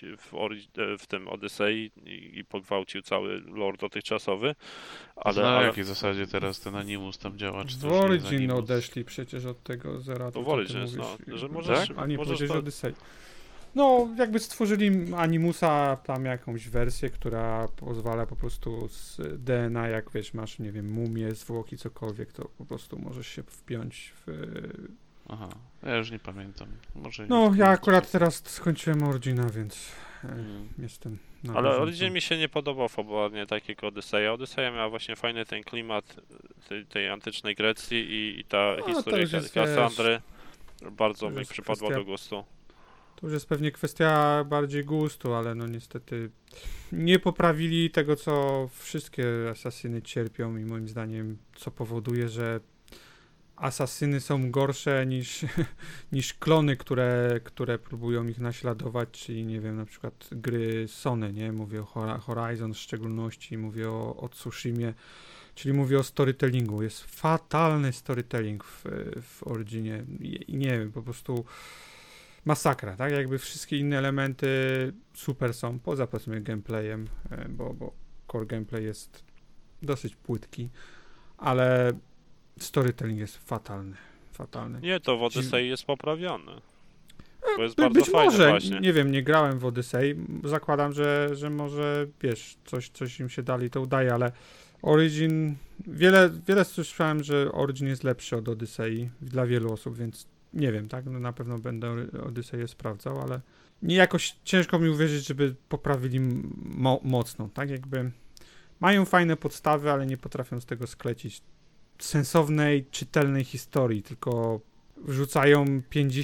w tym Odyssey i pogwałcił cały lore dotychczasowy. Ale na jakiej zasadzie teraz ten Animus tam działa? Czy to W już nie jest Origin Animus? odeszli przecież od tego Zeratu. To w Origin jest, że możesz... A nie możesz powiedzieć to- Odyssey. No, jakby stworzyli Animusa, tam jakąś wersję, która pozwala po prostu z DNA, jak wiesz, masz, nie wiem, mumię, zwłoki, cokolwiek, to po prostu możesz się wpiąć w... Aha, ja już nie pamiętam. Może No, nie ja akurat teraz skończyłem Origina, więc Mm. jestem na Ale bieżąco. Origin mi się nie podobał fabularnie tak jak Odyseja. Odyseja miała właśnie fajny ten klimat tej antycznej Grecji i ta No, to historia już jest, Kassandry bardzo to mi jest przypadła kwestia- do gustu. To już jest pewnie kwestia bardziej gustu, ale no niestety nie poprawili tego, co wszystkie asasyny cierpią i moim zdaniem, co powoduje, że asasyny są gorsze niż klony, które próbują ich naśladować, czyli nie wiem, na przykład gry Sony, nie? Mówię o Horizon w szczególności, mówię o Tsushimie, czyli mówię o storytellingu. Jest fatalny storytelling w Originie i nie wiem, po prostu masakra, tak? Jakby wszystkie inne elementy super są, poza powiedzmy gameplayem, bo core gameplay jest dosyć płytki, ale storytelling jest fatalny. Nie, to w Odysei jest poprawiony. Bo jest By- bardzo Być fajny może, właśnie. nie wiem, nie grałem w Odyssey, zakładam, że może, wiesz, coś im się dali, to udaje, ale Origin, wiele słyszałem, że Origin jest lepszy od Odyssey dla wielu osób, więc nie wiem, tak, no na pewno będę Odyseję sprawdzał, ale nie jakoś ciężko mi uwierzyć, żeby poprawili mocno, tak, jakby mają fajne podstawy, ale nie potrafią z tego sklecić sensownej, czytelnej historii, tylko wrzucają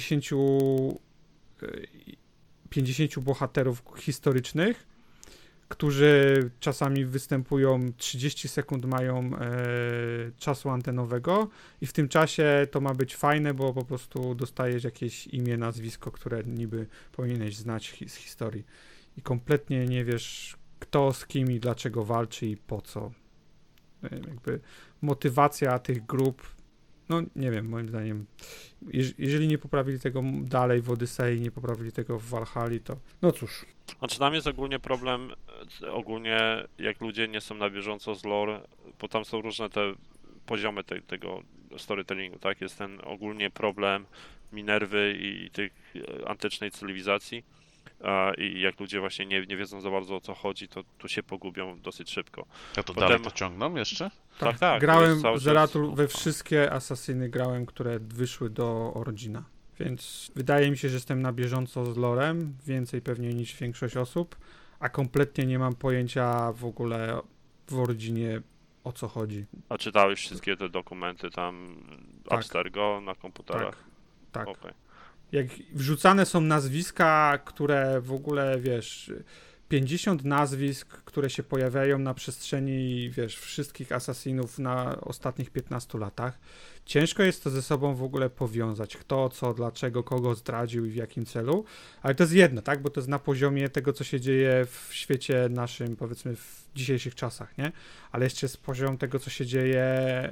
50 bohaterów historycznych, którzy czasami występują 30 sekund mają czasu antenowego i w tym czasie to ma być fajne, bo po prostu dostajesz jakieś imię, nazwisko, które niby powinieneś znać z historii i kompletnie nie wiesz kto z kim i dlaczego walczy i po co. Jakby motywacja tych grup, no nie wiem, moim zdaniem, jeżeli nie poprawili tego dalej w Odysei, nie poprawili tego w Valhalli, to no cóż. Znaczy tam jest ogólnie problem, ogólnie jak ludzie nie są na bieżąco z lore, bo tam są różne te poziomy tego storytellingu, tak? Jest ten ogólnie problem Minerwy i tych antycznej cywilizacji. I jak ludzie właśnie nie wiedzą za bardzo o co chodzi, to tu się pogubią dosyć szybko. A to Potem- dalej to ciągną jeszcze? Tak, to Grałem jest cały czas- Zeratul we wszystkie asasyny grałem, które wyszły do Origina. Więc wydaje mi się, że jestem na bieżąco z lorem, więcej pewnie niż większość osób, a kompletnie nie mam pojęcia w ogóle w Originie o co chodzi. A czytałeś wszystkie te dokumenty tam Tak. Abstergo na komputerach? Tak. Okej. Jak wrzucane są nazwiska, które w ogóle, wiesz, 50 nazwisk, które się pojawiają na przestrzeni, wiesz, wszystkich asasinów na ostatnich 15 latach. Ciężko jest to ze sobą w ogóle powiązać. Kto, co, dlaczego, kogo zdradził i w jakim celu. Ale to jest jedno, tak? Bo to jest na poziomie tego, co się dzieje w świecie naszym, powiedzmy, w dzisiejszych czasach, nie? Ale jeszcze jest poziom tego, co się dzieje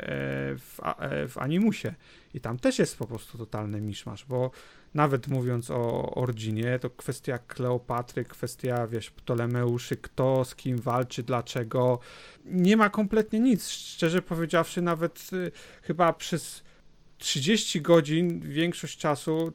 w Animusie. I tam też jest po prostu totalny miszmasz, bo nawet mówiąc o Originie, to kwestia Kleopatry, kwestia, wiesz, Ptolemeuszy, kto z kim walczy, dlaczego. Nie ma kompletnie nic. Szczerze powiedziawszy, nawet chyba przez 30 godzin, większość czasu,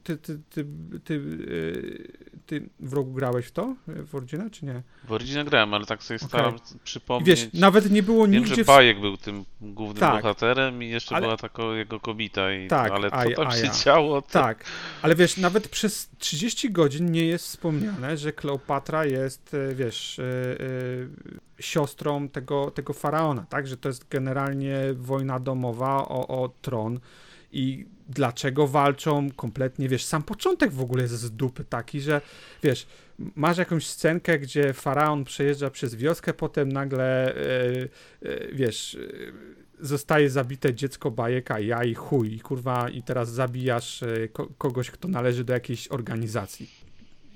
ty w rogu grałeś w to? W Origina, czy nie? W Originie grałem, ale tak sobie staram I przypomnieć. wiesz, nawet nie było Wiem, nigdzie... że Bajek był tym głównym Tak. bohaterem i jeszcze Ale- była taka jego kobita. Tak, ale co Aja. tam się działo? To... Tak, ale wiesz, nawet przez 30 godzin nie jest wspomniane, że Kleopatra jest, wiesz, siostrą tego faraona, tak? Że to jest generalnie wojna domowa o tron i dlaczego walczą kompletnie, wiesz, sam początek w ogóle jest z dupy taki, że wiesz, masz jakąś scenkę, gdzie faraon przejeżdża przez wioskę, potem nagle, wiesz, zostaje zabite dziecko Bajeka, ja i chuj, i kurwa, i teraz zabijasz kogoś, kto należy do jakiejś organizacji.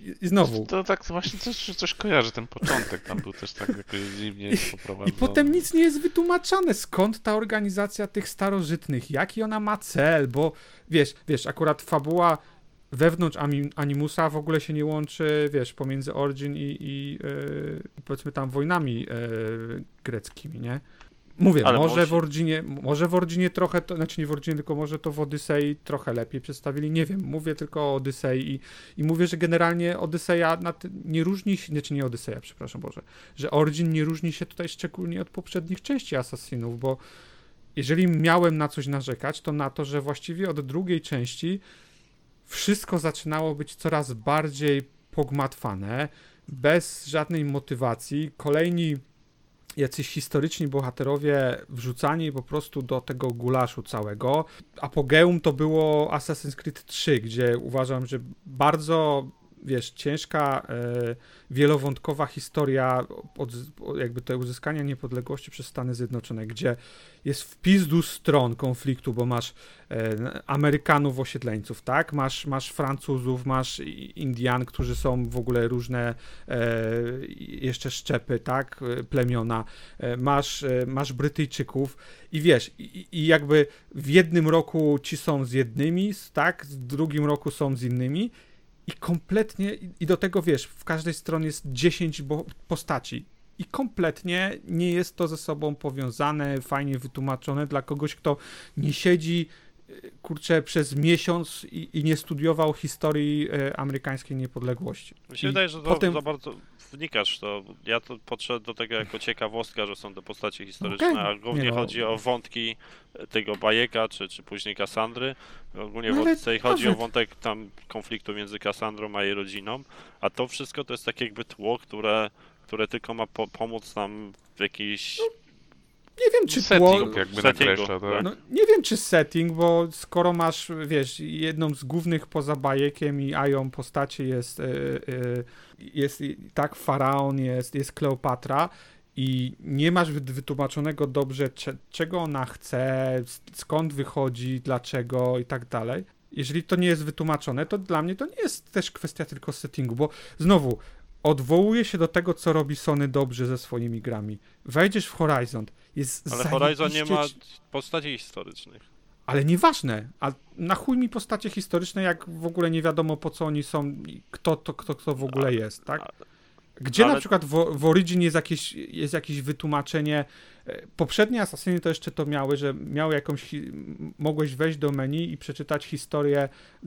I znowu. To tak właśnie coś kojarzy, ten początek tam był też tak jakoś dziwnie poprowadzony. I potem nic nie jest wytłumaczone, skąd ta organizacja tych starożytnych, jaki ona ma cel, bo wiesz, akurat fabuła wewnątrz Animusa w ogóle się nie łączy, wiesz, pomiędzy Origin i powiedzmy tam wojnami greckimi, nie? Mówię, Ale może w Originie trochę, znaczy nie w Originie, tylko może to w Odysei trochę lepiej przedstawili, nie wiem, mówię tylko o Odysei i mówię, że generalnie Odyseja nie różni się, znaczy nie Odyseja, przepraszam Boże, że Origin nie różni się tutaj szczególnie od poprzednich części Assassinów, bo jeżeli miałem na coś narzekać, to na to, że właściwie od drugiej części wszystko zaczynało być coraz bardziej pogmatwane, bez żadnej motywacji, kolejni jacyś historyczni bohaterowie wrzucani po prostu do tego gulaszu całego. Apogeum to było Assassin's Creed 3, gdzie uważam, że bardzo, ciężka, wielowątkowa historia jakby to uzyskania niepodległości przez Stany Zjednoczone, gdzie jest w pizdu stron konfliktu, bo masz Amerykanów osiedleńców, tak? Masz Francuzów, masz Indian, którzy są w ogóle różne jeszcze szczepy, tak? Plemiona. Masz Brytyjczyków i wiesz, i jakby w jednym roku ci są z jednymi, tak? W drugim roku są z innymi i kompletnie, i do tego wiesz, w każdej stronie jest 10 postaci. I kompletnie nie jest to ze sobą powiązane, fajnie wytłumaczone dla kogoś, kto nie siedzi, kurczę, przez miesiąc i nie studiował historii amerykańskiej niepodległości. Mi się wydaje, że potem... za bardzo wnikasz to. Ja to podszedłem do tego jako ciekawostka, że są to postacie historyczne, a głównie chodzi o wątki tego Bajeka, czy później Kassandry. Ogólnie chodzi o wątek tam konfliktu między Kassandrą a jej rodziną, a to wszystko to jest takie jakby tło, które tylko ma pomóc nam w jakiejś... Nie wiem, czy setting jakby nakreśla, tak? No, nie wiem, czy setting, bo skoro masz, wiesz, jedną z głównych poza Bajekiem i Ają postaci jest tak, Faraon, jest Kleopatra i nie masz wytłumaczonego dobrze, czego ona chce, skąd wychodzi, dlaczego i tak dalej. Jeżeli to nie jest wytłumaczone, to dla mnie to nie jest też kwestia tylko settingu, bo znowu odwołuje się do tego, co robi Sony dobrze ze swoimi grami. Wejdziesz w Horizon, ale Horizon nie ma postaci historycznych. Ale nieważne, a na chuj mi postacie historyczne, jak w ogóle nie wiadomo po co oni są, kto w ogóle jest, tak? Gdzie na przykład w Origin jest jakieś wytłumaczenie. Poprzednie Assassiny to jeszcze to miały, że miały mogłeś wejść do menu i przeczytać historię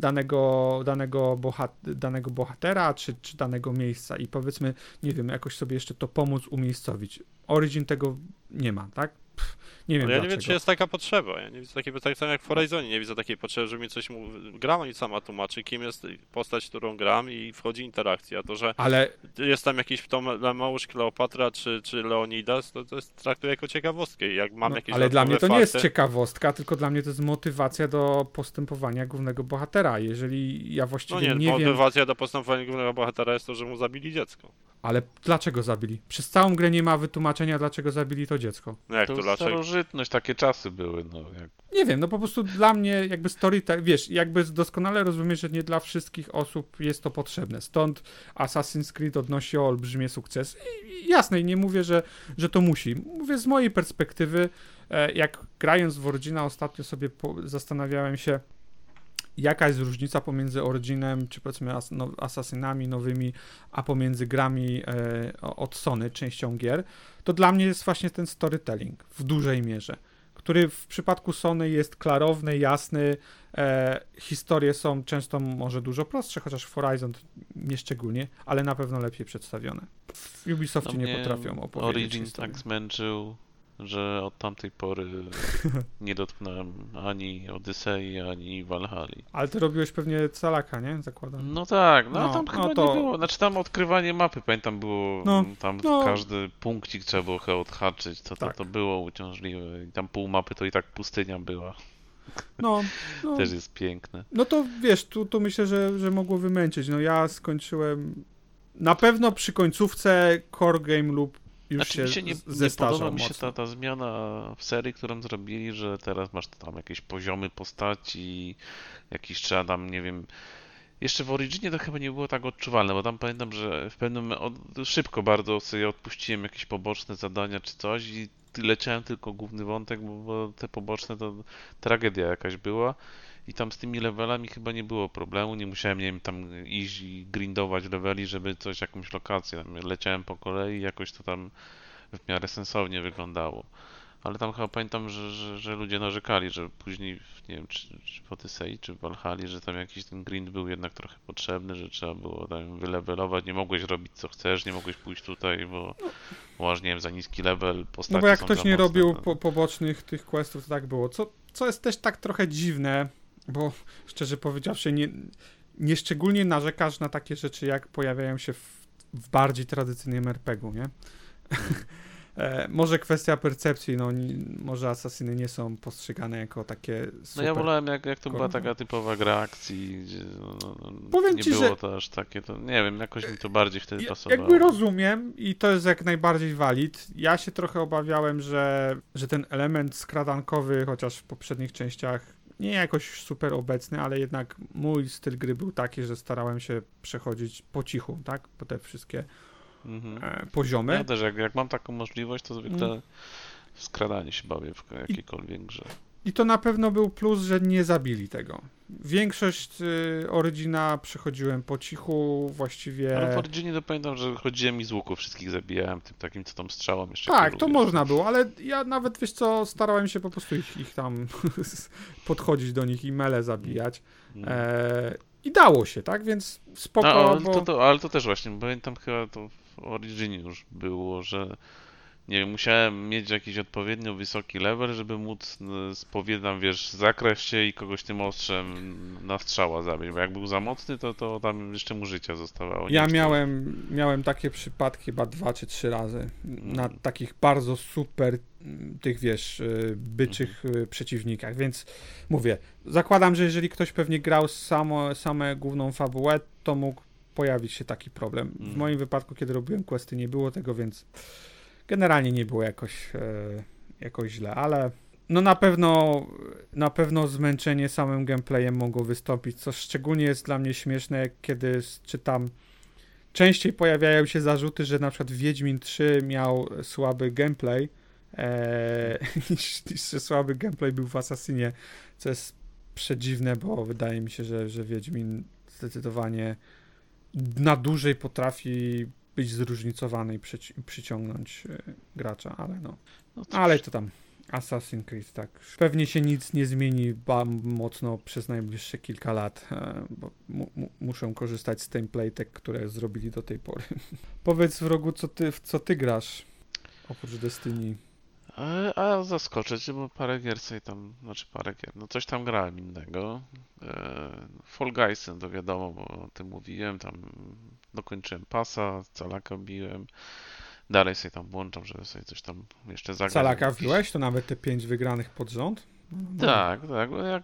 danego bohatera czy danego miejsca i powiedzmy, nie wiem, jakoś sobie jeszcze to pomóc umiejscowić. Origin tego nie ma, tak? Nie wiem, ja dlaczego. nie wiem, czy jest taka potrzeba. Ja nie widzę takiej, tak samo jak w Horizonie, nie widzę takiej potrzeby, że mi coś gra mi sama tłumaczy, kim jest postać, którą gram i wchodzi interakcja. To, że jest tam jakiś Ptolemeusz, Kleopatra czy Leonidas, to jest traktuję jako ciekawostkę. Jak mam jakieś ale dla mnie to nie jest ciekawostka, tylko dla mnie to jest motywacja do postępowania głównego bohatera. Jeżeli ja właściwie nie wiem... motywacja do postępowania głównego bohatera jest to, że mu zabili dziecko. Ale dlaczego zabili? Przez całą grę nie ma wytłumaczenia, dlaczego zabili to dziecko. No jak to dlaczego? Starożytność, takie czasy były, no jak... Nie wiem, no po prostu dla mnie jakby story, wiesz, jakby doskonale rozumiesz, że nie dla wszystkich osób jest to potrzebne. Stąd Assassin's Creed odnosi olbrzymie sukces. I jasne, nie mówię, że to musi. Mówię z mojej perspektywy, jak grając w Origina ostatnio sobie zastanawiałem się, jaka jest różnica pomiędzy Originem, czy powiedzmy Assassinami nowymi, a pomiędzy grami od Sony, częścią gier, to dla mnie jest właśnie ten storytelling w dużej mierze, który w przypadku Sony jest klarowny, jasny, historie są często może dużo prostsze, chociaż w Horizon nie szczególnie, ale na pewno lepiej przedstawione. W Ubisoftie nie potrafią opowiedzieć Origin tak zmęczył, że od tamtej pory nie dotknąłem ani Odysei, ani Valhalli. Ale ty robiłeś pewnie Calaka, nie? Zakładam. No tak, tam chyba nie było. Znaczy tam odkrywanie mapy, pamiętam, było każdy punkcik trzeba było chyba odhaczyć, to było uciążliwe. I tam pół mapy to i tak pustynia była. Też jest piękne. No to wiesz, tu myślę, że mogło wymęczyć. No ja skończyłem na pewno przy końcówce Core Game Loop już się nie podoba mi się ta zmiana w serii, którą zrobili, że teraz masz tam jakieś poziomy postaci, jakiś trzeba tam, nie wiem, Jeszcze w Originie to chyba nie było tak odczuwalne, bo tam pamiętam, że w pewnym szybko bardzo sobie odpuściłem jakieś poboczne zadania czy coś i leciałem tylko główny wątek, bo te poboczne to tragedia jakaś była i tam z tymi levelami chyba nie było problemu, nie musiałem, nie wiem, tam iść i grindować leveli, żeby coś, jakąś lokację, tam leciałem po kolei i jakoś to tam w miarę sensownie wyglądało. Ale tam chyba pamiętam, że ludzie narzekali, że później, nie wiem, czy w Odyssey, czy w Valhalli, że tam jakiś ten grind był jednak trochę potrzebny, że trzeba było tam wylevelować, nie mogłeś robić co chcesz, nie mogłeś pójść tutaj, bo masz, nie wiem, za niski level, postacie No bo jak są ktoś za nie mocne, robił to... pobocznych tych questów, to tak było. Co jest też tak trochę dziwne, bo szczerze powiedziawszy, nie szczególnie narzekasz na takie rzeczy, jak pojawiają się w bardziej tradycyjnym RPG-u, nie? Może kwestia percepcji, no może asasyny nie są postrzegane jako takie super. No ja wolałem jak to była taka typowa gra akcji, gdzie Powiem nie ci, było że to aż takie, to nie wiem, jakoś mi to bardziej wtedy pasowało. jakby rozumiem i to jest jak najbardziej valid. Ja się trochę obawiałem, że ten element skradankowy, chociaż w poprzednich częściach nie jakoś super obecny, ale jednak mój styl gry był taki, że starałem się przechodzić po cichu, tak? Po te wszystkie poziomy. Ja też, jak mam taką możliwość, to zwykle w skradanie się bawię w jakiejkolwiek grze. I to na pewno był plus, że nie zabili tego. Większość Origina przechodziłem po cichu, właściwie... Ale w Originie to pamiętam, że chodziłem i z łuku wszystkich zabijałem, tym takim, co tam strzałą jeszcze Tak, to kierujesz. można było, ale ja nawet, wiesz co, starałem się po prostu ich tam podchodzić do nich i mele zabijać. I dało się, tak? Więc spoko, Ale to też właśnie, pamiętam chyba to w Originie już było, że nie wiem, musiałem mieć jakiś odpowiednio wysoki level, żeby móc spowiedam, wiesz, zakraść się i kogoś tym ostrzem na strzała zabić, bo jak był za mocny, to tam jeszcze mu życia zostawało. Ja miałem takie przypadki chyba 2 czy 3 razy na takich bardzo super tych, wiesz, byczych przeciwnikach, więc mówię, zakładam, że jeżeli ktoś pewnie grał same główną fabułę, to mógł pojawić się taki problem. W moim wypadku, kiedy robiłem questy, nie było tego, więc generalnie nie było jakoś źle, ale no na pewno zmęczenie samym gameplayem mogło wystąpić, co szczególnie jest dla mnie śmieszne, kiedy czytam, częściej pojawiają się zarzuty, że na przykład Wiedźmin 3 miał słaby gameplay, niż że słaby gameplay był w Assassinie, co jest przedziwne, bo wydaje mi się, że Wiedźmin zdecydowanie na dłużej potrafi być zróżnicowany i przyciągnąć gracza, ale no. Ale to tam Assassin's Creed, tak. Pewnie się nic nie zmieni mocno przez najbliższe kilka lat, bo muszą korzystać z template'ek, które zrobili do tej pory. Powiedz, wrogu, co ty grasz oprócz Destiny? A zaskoczę cię, bo parę gier sobie tam, znaczy parę gier, no coś tam grałem innego. Fall Guysem to wiadomo, bo o tym mówiłem, tam dokończyłem pasa, Calaka biłem, dalej sobie tam włączam, żeby sobie coś tam jeszcze zagrać. Calaka wbiłeś? To nawet te 5 wygranych pod rząd? Tak, bo jak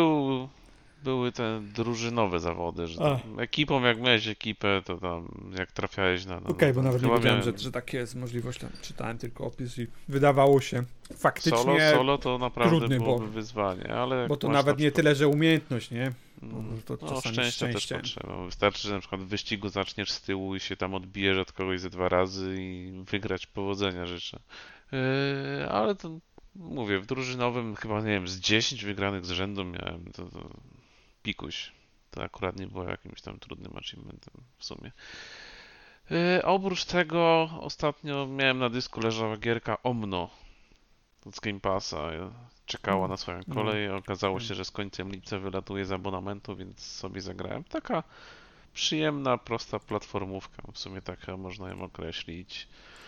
były te drużynowe zawody, że tam ekipą, jak miałeś ekipę, to tam jak trafiałeś na... Okej, bo nawet nie wiedziałem, że takie jest możliwość. Tam czytałem tylko opis i wydawało się faktycznie Solo to naprawdę trudny, byłoby wyzwanie, ale... Bo to nawet nie tyle, że umiejętność, nie? To szczęście też potrzeba. Wystarczy, że na przykład w wyścigu zaczniesz z tyłu i się tam odbijesz od kogoś ze 2 razy i wygrać, powodzenia życzę. Ale to mówię, w drużynowym chyba, nie wiem, z 10 wygranych z rzędu miałem, to pikuś. To akurat nie było jakimś tam trudnym achievementem w sumie. A oprócz tego ostatnio miałem na dysku leżała gierka Omno z Game Passa. Czekała na swoją kolej. Okazało się, że z końcem lipca wylatuje z abonamentu, więc sobie zagrałem. Taka przyjemna, prosta platformówka. W sumie taka można ją określić.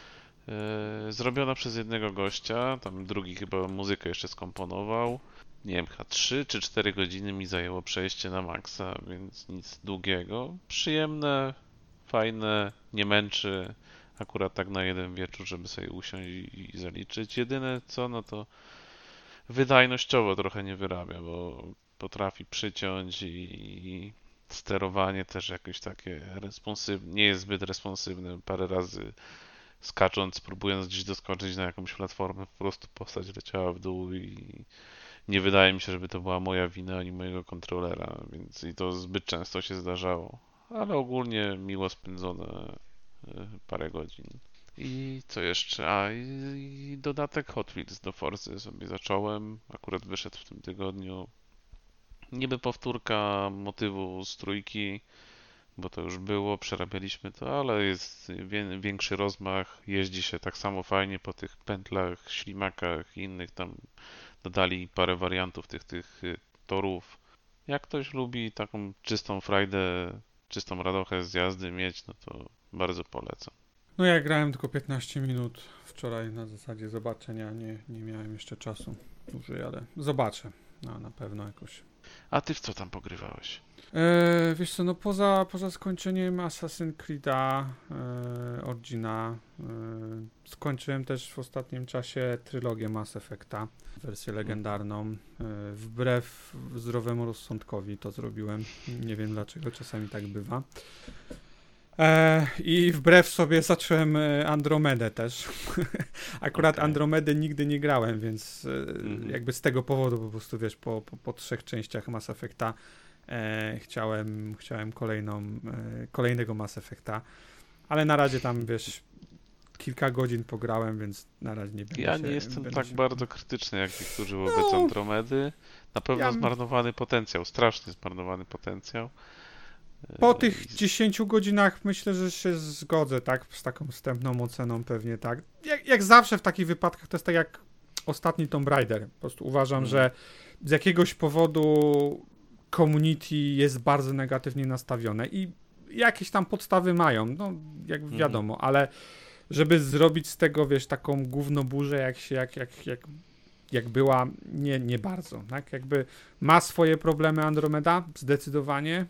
Zrobiona przez jednego gościa, tam drugi chyba muzykę jeszcze skomponował. Nie wiem, chyba 3 czy 4 godziny mi zajęło przejście na maksa, więc nic długiego. Przyjemne, fajne, nie męczy. Akurat tak na jeden wieczór, żeby sobie usiąść i zaliczyć. Jedyne co, no to wydajnościowo trochę nie wyrabia, bo potrafi przyciąć i sterowanie też jakieś takie responsywne, nie jest zbyt responsywne. Parę razy skacząc, próbując gdzieś doskoczyć na jakąś platformę, po prostu postać leciała w dół i nie wydaje mi się, żeby to była moja wina ani mojego kontrolera, więc i to zbyt często się zdarzało. Ale ogólnie miło spędzone parę godzin. I co jeszcze? I dodatek Hot Wheels do Forzy sobie zacząłem. Akurat wyszedł w tym tygodniu. Niby powtórka motywu z trójki, bo to już było, przerabialiśmy to, ale jest większy rozmach, jeździ się tak samo fajnie po tych pętlach, ślimakach i innych, tam dodali parę wariantów tych torów. Jak ktoś lubi taką czystą frajdę, czystą radochę z jazdy mieć, no to bardzo polecam. No ja grałem tylko 15 minut wczoraj na zasadzie zobaczenia, nie miałem jeszcze czasu dłużej, ale zobaczę na pewno jakoś. A ty w co tam pogrywałeś? Wiesz co, no poza skończeniem Assassin's Creed'a Origina, skończyłem też w ostatnim czasie trylogię Mass Effecta, wersję legendarną. Wbrew zdrowemu rozsądkowi to zrobiłem. Nie wiem dlaczego, czasami tak bywa. I wbrew sobie zacząłem Andromedę też. Akurat Okay. Andromedę nigdy nie grałem, więc jakby z tego powodu po prostu, wiesz, po 3 częściach Mass Effecta chciałem kolejnego Mass Effecta, ale na razie tam, wiesz, kilka godzin pograłem, więc na razie nie będę Ja się... nie jestem będę tak się... bardzo krytyczny jak niektórzy wobec Andromedy. Na pewno zmarnowany potencjał, strasznie zmarnowany potencjał. Po tych 10 godzinach myślę, że się zgodzę, tak? Z taką wstępną oceną pewnie, tak? Jak zawsze w takich wypadkach to jest tak jak ostatni Tomb Raider. Po prostu uważam, że z jakiegoś powodu community jest bardzo negatywnie nastawione i jakieś tam podstawy mają, no jak wiadomo, ale żeby zrobić z tego, wiesz, taką gównoburzę, jak była, nie bardzo, tak? Jakby ma swoje problemy Andromeda, zdecydowanie,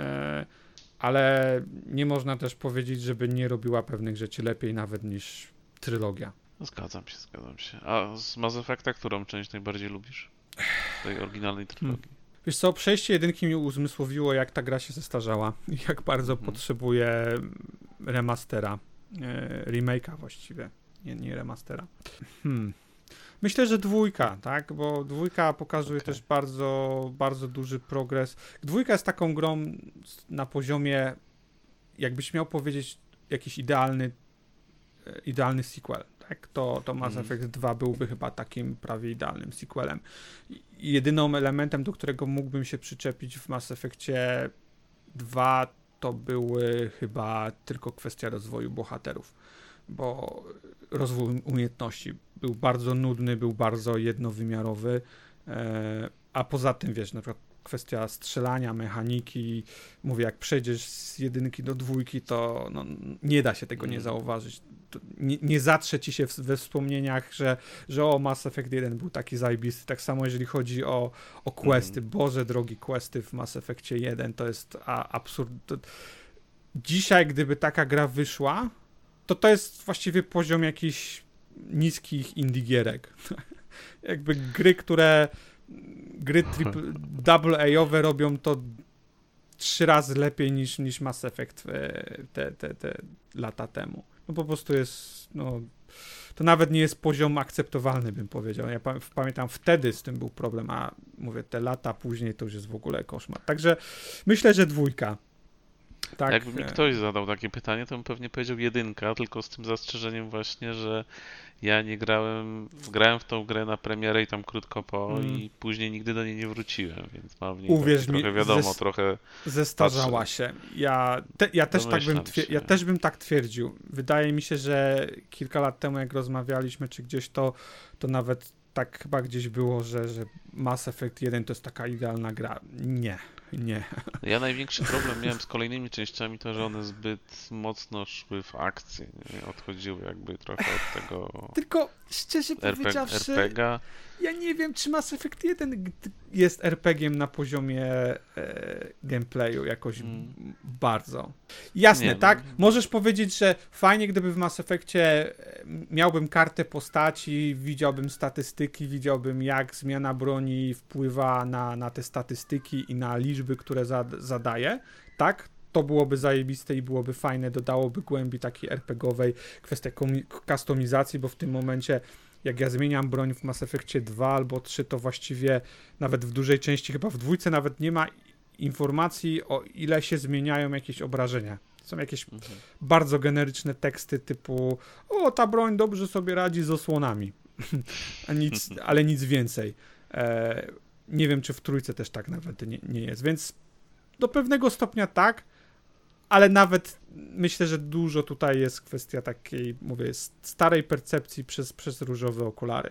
ale nie można też powiedzieć, żeby nie robiła pewnych rzeczy lepiej nawet niż trylogia. No, zgadzam się. A z Mass Effecta którą część najbardziej lubisz? Tej oryginalnej trylogii. Wiesz co, przejście jedynki mi uzmysłowiło, jak ta gra się zestarzała i jak bardzo potrzebuje remastera, remake'a właściwie, nie remastera. Myślę, że 2, tak, bo 2 pokazuje też bardzo, bardzo duży progres. 2 jest taką grą na poziomie, jakbyś miał powiedzieć, jakiś idealny sequel, tak, to Mass Effect 2 byłby chyba takim prawie idealnym sequelem. I jedynym elementem, do którego mógłbym się przyczepić w Mass Effectie 2 to były chyba tylko kwestia rozwoju bohaterów, bo rozwój umiejętności był bardzo nudny, był bardzo jednowymiarowy, a poza tym, wiesz, na przykład kwestia strzelania, mechaniki, mówię, jak przejdziesz z 1 do 2, to no, nie da się tego nie zauważyć. Nie zatrze ci się we wspomnieniach, że Mass Effect 1 był taki zajebisty. Tak samo jeżeli chodzi o questy. Boże drogi, questy w Mass Effectie 1 to jest absurd. Dzisiaj, gdyby taka gra wyszła, to jest właściwie poziom jakichś niskich indie gierek. Jakby gry double A-owe robią to 3 razy lepiej niż Mass Effect te lata temu. No po prostu jest, no, to nawet nie jest poziom akceptowalny, bym powiedział. Ja pamiętam, wtedy z tym był problem, a mówię, te lata później to już jest w ogóle koszmar. Także myślę, że 2. Tak. Jakby mi ktoś zadał takie pytanie, to bym pewnie powiedział 1, tylko z tym zastrzeżeniem właśnie, że ja nie grałem w tą grę na premierę i tam krótko i później nigdy do niej nie wróciłem, więc mam w niej trochę wiadomo, trochę zestarzała się. Ja też bym tak twierdził. Wydaje mi się, że kilka lat temu, jak rozmawialiśmy, czy gdzieś to nawet tak chyba gdzieś było, że Mass Effect 1 to jest taka idealna gra. Nie. Ja największy problem miałem z kolejnymi częściami to, że one zbyt mocno szły w akcję, nie? Odchodziły jakby trochę od tego tylko szczerze powiedziawszy, RPG-a. Ja nie wiem, czy Mass Effect 1 jest RPG-iem na poziomie gameplayu jakoś bardzo. Jasne, nie, tak? Możesz powiedzieć, że fajnie, gdyby w Mass Effectie miałbym kartę postaci, widziałbym statystyki, widziałbym, jak zmiana broni wpływa na te statystyki i na liczby, które zadaje, tak? To byłoby zajebiste i byłoby fajne, dodałoby głębi takiej RPG-owej, kwestia kustomizacji, bo w tym momencie jak ja zmieniam broń w Mass Effectie 2 albo 3, to właściwie nawet w dużej części, chyba w 2 nawet nie ma informacji, o ile się zmieniają jakieś obrażenia. Są jakieś bardzo generyczne teksty typu ta broń dobrze sobie radzi z osłonami. Ale nic więcej. Nie wiem, czy w 3 też tak nawet nie jest, więc do pewnego stopnia tak, ale nawet myślę, że dużo tutaj jest kwestia takiej, mówię, starej percepcji przez różowe okulary.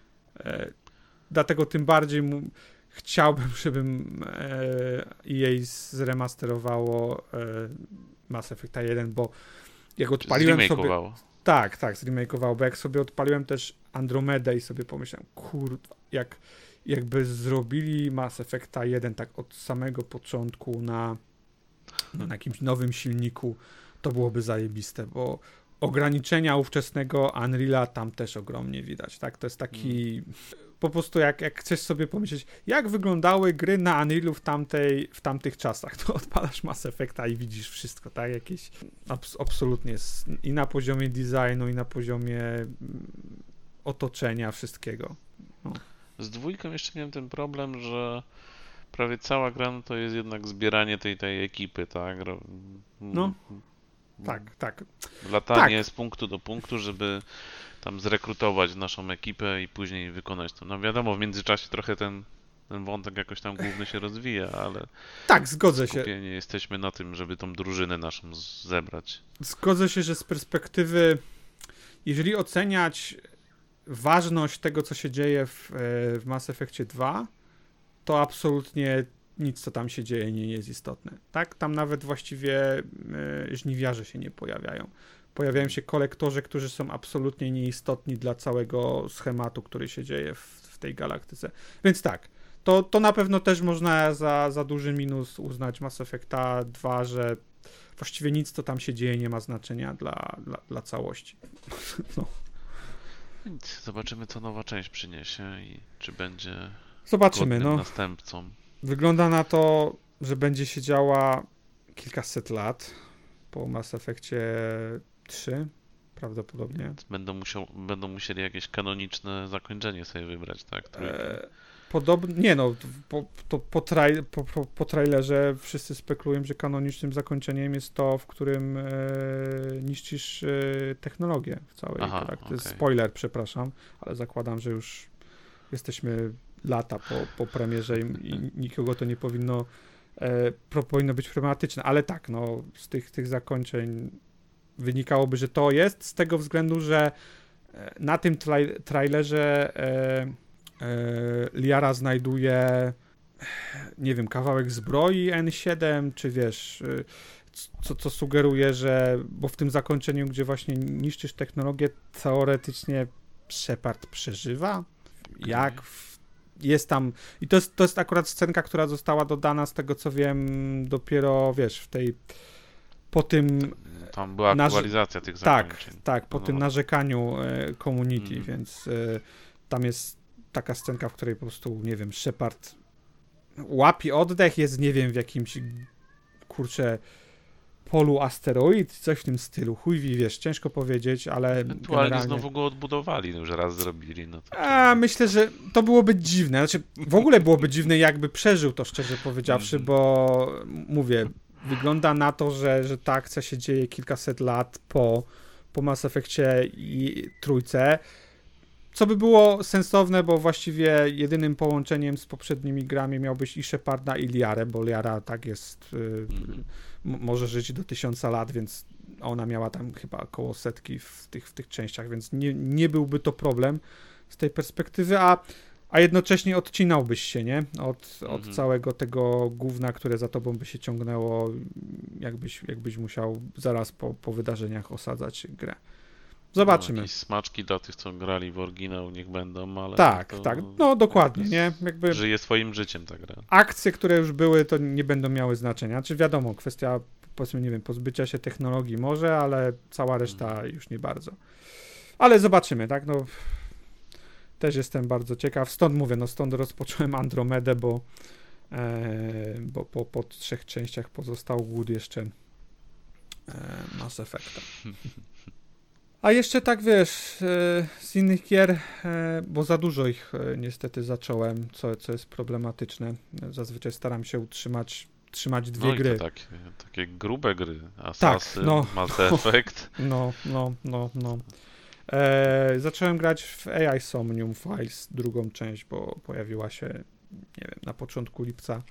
Dlatego tym bardziej chciałbym, żebym EA zremasterowało Mass Effecta 1, bo jak odpaliłem sobie... Tak, zremakeowało, bo jak sobie odpaliłem też Andromedę i sobie pomyślałem, kurwa, jakby zrobili Mass Effecta 1 tak od samego początku na jakimś nowym silniku, to byłoby zajebiste, bo ograniczenia ówczesnego Unreala tam też ogromnie widać, tak? To jest taki... Po prostu jak chcesz sobie pomyśleć, jak wyglądały gry na Unrealu w tamtych czasach, to odpalasz Mass Effecta i widzisz wszystko, tak? Jakieś absolutnie i na poziomie designu, i na poziomie otoczenia, wszystkiego. No. Z 2 jeszcze miałem ten problem, że prawie cała gra to jest jednak zbieranie tej ekipy, tak? No, tak. Latanie z punktu do punktu, żeby tam zrekrutować naszą ekipę i później wykonać to. No wiadomo, w międzyczasie trochę ten wątek jakoś tam główny się rozwija, ale tak, zgodzę się. Skupieni jesteśmy na tym, żeby tą drużynę naszą zebrać. Zgodzę się, że z perspektywy, jeżeli oceniać ważność tego, co się dzieje w Mass Effectie 2, to absolutnie nic, co tam się dzieje, nie jest istotne. Tak? Tam nawet właściwie żniwiarze się nie pojawiają. Pojawiają się kolektorzy, którzy są absolutnie nieistotni dla całego schematu, który się dzieje w tej galaktyce. Więc tak, to na pewno też można za duży minus uznać Mass Effecta 2, że właściwie nic, co tam się dzieje, nie ma znaczenia dla całości. No. Więc zobaczymy, co nowa część przyniesie i czy będzie godnym następcą. Wygląda na to, że będzie się działa kilkaset po Mass Effectie 3 prawdopodobnie. Będą musieli jakieś kanoniczne zakończenie sobie wybrać, tak? Podobnie, po trailerze wszyscy spekulują, że kanonicznym zakończeniem jest to, w którym niszczysz technologię w całej grze. To jest spoiler, przepraszam, ale zakładam, że już jesteśmy lata po premierze i nikogo to nie powinno być problematyczne, ale tak, z tych zakończeń wynikałoby, że to jest, z tego względu, że na tym trailerze Liara znajduje, nie wiem, kawałek zbroi N7, czy wiesz, co sugeruje, że, bo w tym zakończeniu, gdzie właśnie niszczysz technologię, teoretycznie Shepard przeżywa, jest tam, i to jest akurat scenka, która została dodana, z tego co wiem, dopiero, wiesz, po tym... Tam była aktualizacja tych zakończeń. Tak, po tym narzekaniu community, więc tam jest taka scenka, w której po prostu, nie wiem, Shepard łapi oddech, jest, nie wiem, w jakimś, kurczę, polu asteroid, coś w tym stylu. Chuj wie, wiesz, ciężko powiedzieć, ale ewentualnie generalnie... znowu go odbudowali, już raz zrobili. Myślę, że to byłoby dziwne. Znaczy, w ogóle byłoby dziwne, jakby przeżył to, szczerze powiedziawszy, bo mówię, wygląda na to, że ta akcja się dzieje kilkaset lat po Mass Effectie i 3, co by było sensowne, bo właściwie jedynym połączeniem z poprzednimi grami miałbyś i Sheparda, i Liarę, bo Liara tak jest, może żyć do 1000 lat, więc ona miała tam chyba około 100 w tych częściach, więc nie byłby to problem z tej perspektywy, a jednocześnie odcinałbyś się, nie? Od całego tego gówna, które za tobą by się ciągnęło, jakbyś musiał zaraz po wydarzeniach osadzać grę. Zobaczymy. Jakieś smaczki dla tych, co grali w oryginał, niech będą, ale... Tak, no dokładnie, nie? Jakby żyje swoim życiem ta gra. Akcje, które już były, to nie będą miały znaczenia. Czy wiadomo, kwestia, powiedzmy, nie wiem, pozbycia się technologii może, ale cała reszta już nie bardzo. Ale zobaczymy, tak? No, też jestem bardzo ciekaw. Stąd mówię, stąd rozpocząłem Andromedę, bo po 3 częściach pozostał głód jeszcze Mass Effecta. A jeszcze tak wiesz, z innych gier, bo za dużo ich niestety zacząłem, co jest problematyczne. Zazwyczaj staram się trzymać dwie gry. No i to takie grube gry. Assassin, Mass Effect. No. Zacząłem grać w AI Somnium Files, drugą część, bo pojawiła się, nie wiem, na początku lipca.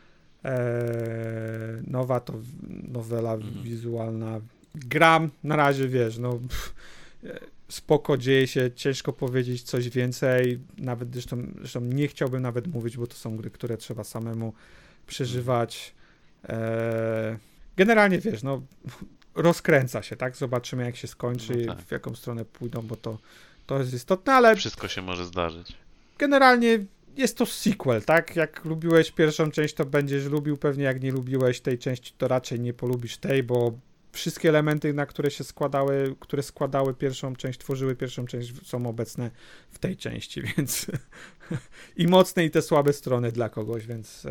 Nowa to nowela wizualna. Gram na razie, wiesz, spoko, dzieje się, ciężko powiedzieć coś więcej, nawet zresztą nie chciałbym nawet mówić, bo to są gry, które trzeba samemu przeżywać. Generalnie, wiesz, rozkręca się, tak? Zobaczymy, jak się skończy, w jaką stronę pójdą, bo to jest istotne, ale... Wszystko się może zdarzyć. Generalnie jest to sequel, tak? Jak lubiłeś pierwszą część, to będziesz lubił, pewnie jak nie lubiłeś tej części, to raczej nie polubisz tej, bo wszystkie elementy, na które się składały, które składały pierwszą część, tworzyły pierwszą część, są obecne w tej części, więc i mocne, i te słabe strony dla kogoś, więc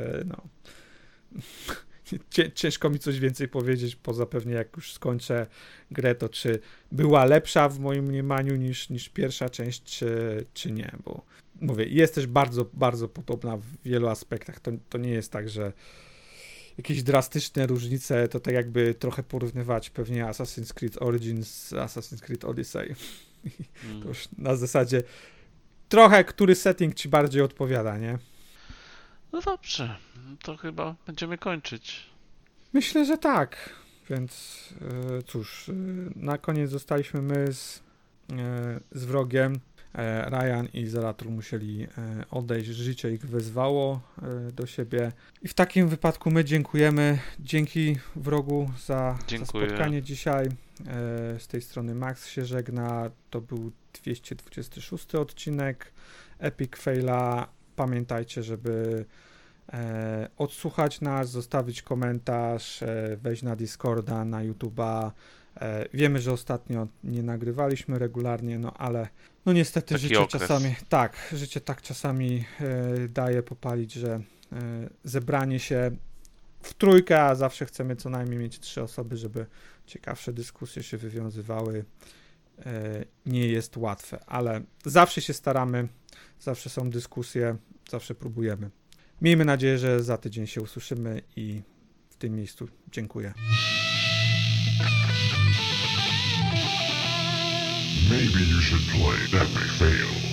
ciężko mi coś więcej powiedzieć, poza pewnie jak już skończę grę, to czy była lepsza w moim mniemaniu niż pierwsza część, czy nie, bo mówię, jest też bardzo, bardzo podobna w wielu aspektach. To nie jest tak, że jakieś drastyczne różnice, to tak jakby trochę porównywać pewnie Assassin's Creed Origins z Assassin's Creed Odyssey. To już na zasadzie trochę, który setting ci bardziej odpowiada, nie? No dobrze, to chyba będziemy kończyć. Myślę, że tak. Więc cóż, na koniec zostaliśmy my z wrogiem. Ryan i Zeratul musieli odejść, życie ich wezwało do siebie. I w takim wypadku my dziękujemy. Dzięki wrogu za spotkanie dzisiaj. Z tej strony Max się żegna. To był 226 odcinek Epic Faila. Pamiętajcie, żeby odsłuchać nas, zostawić komentarz, wejść na Discorda, na YouTube'a. Wiemy, że ostatnio nie nagrywaliśmy regularnie, ale niestety taki życie okres. życie tak czasami daje popalić, że zebranie się w trójkę, a zawsze chcemy co najmniej mieć 3 osoby, żeby ciekawsze dyskusje się wywiązywały. Nie jest łatwe, ale zawsze się staramy, zawsze są dyskusje, zawsze próbujemy. Miejmy nadzieję, że za tydzień się usłyszymy i w tym miejscu dziękuję. Maybe you should play Epic Fail.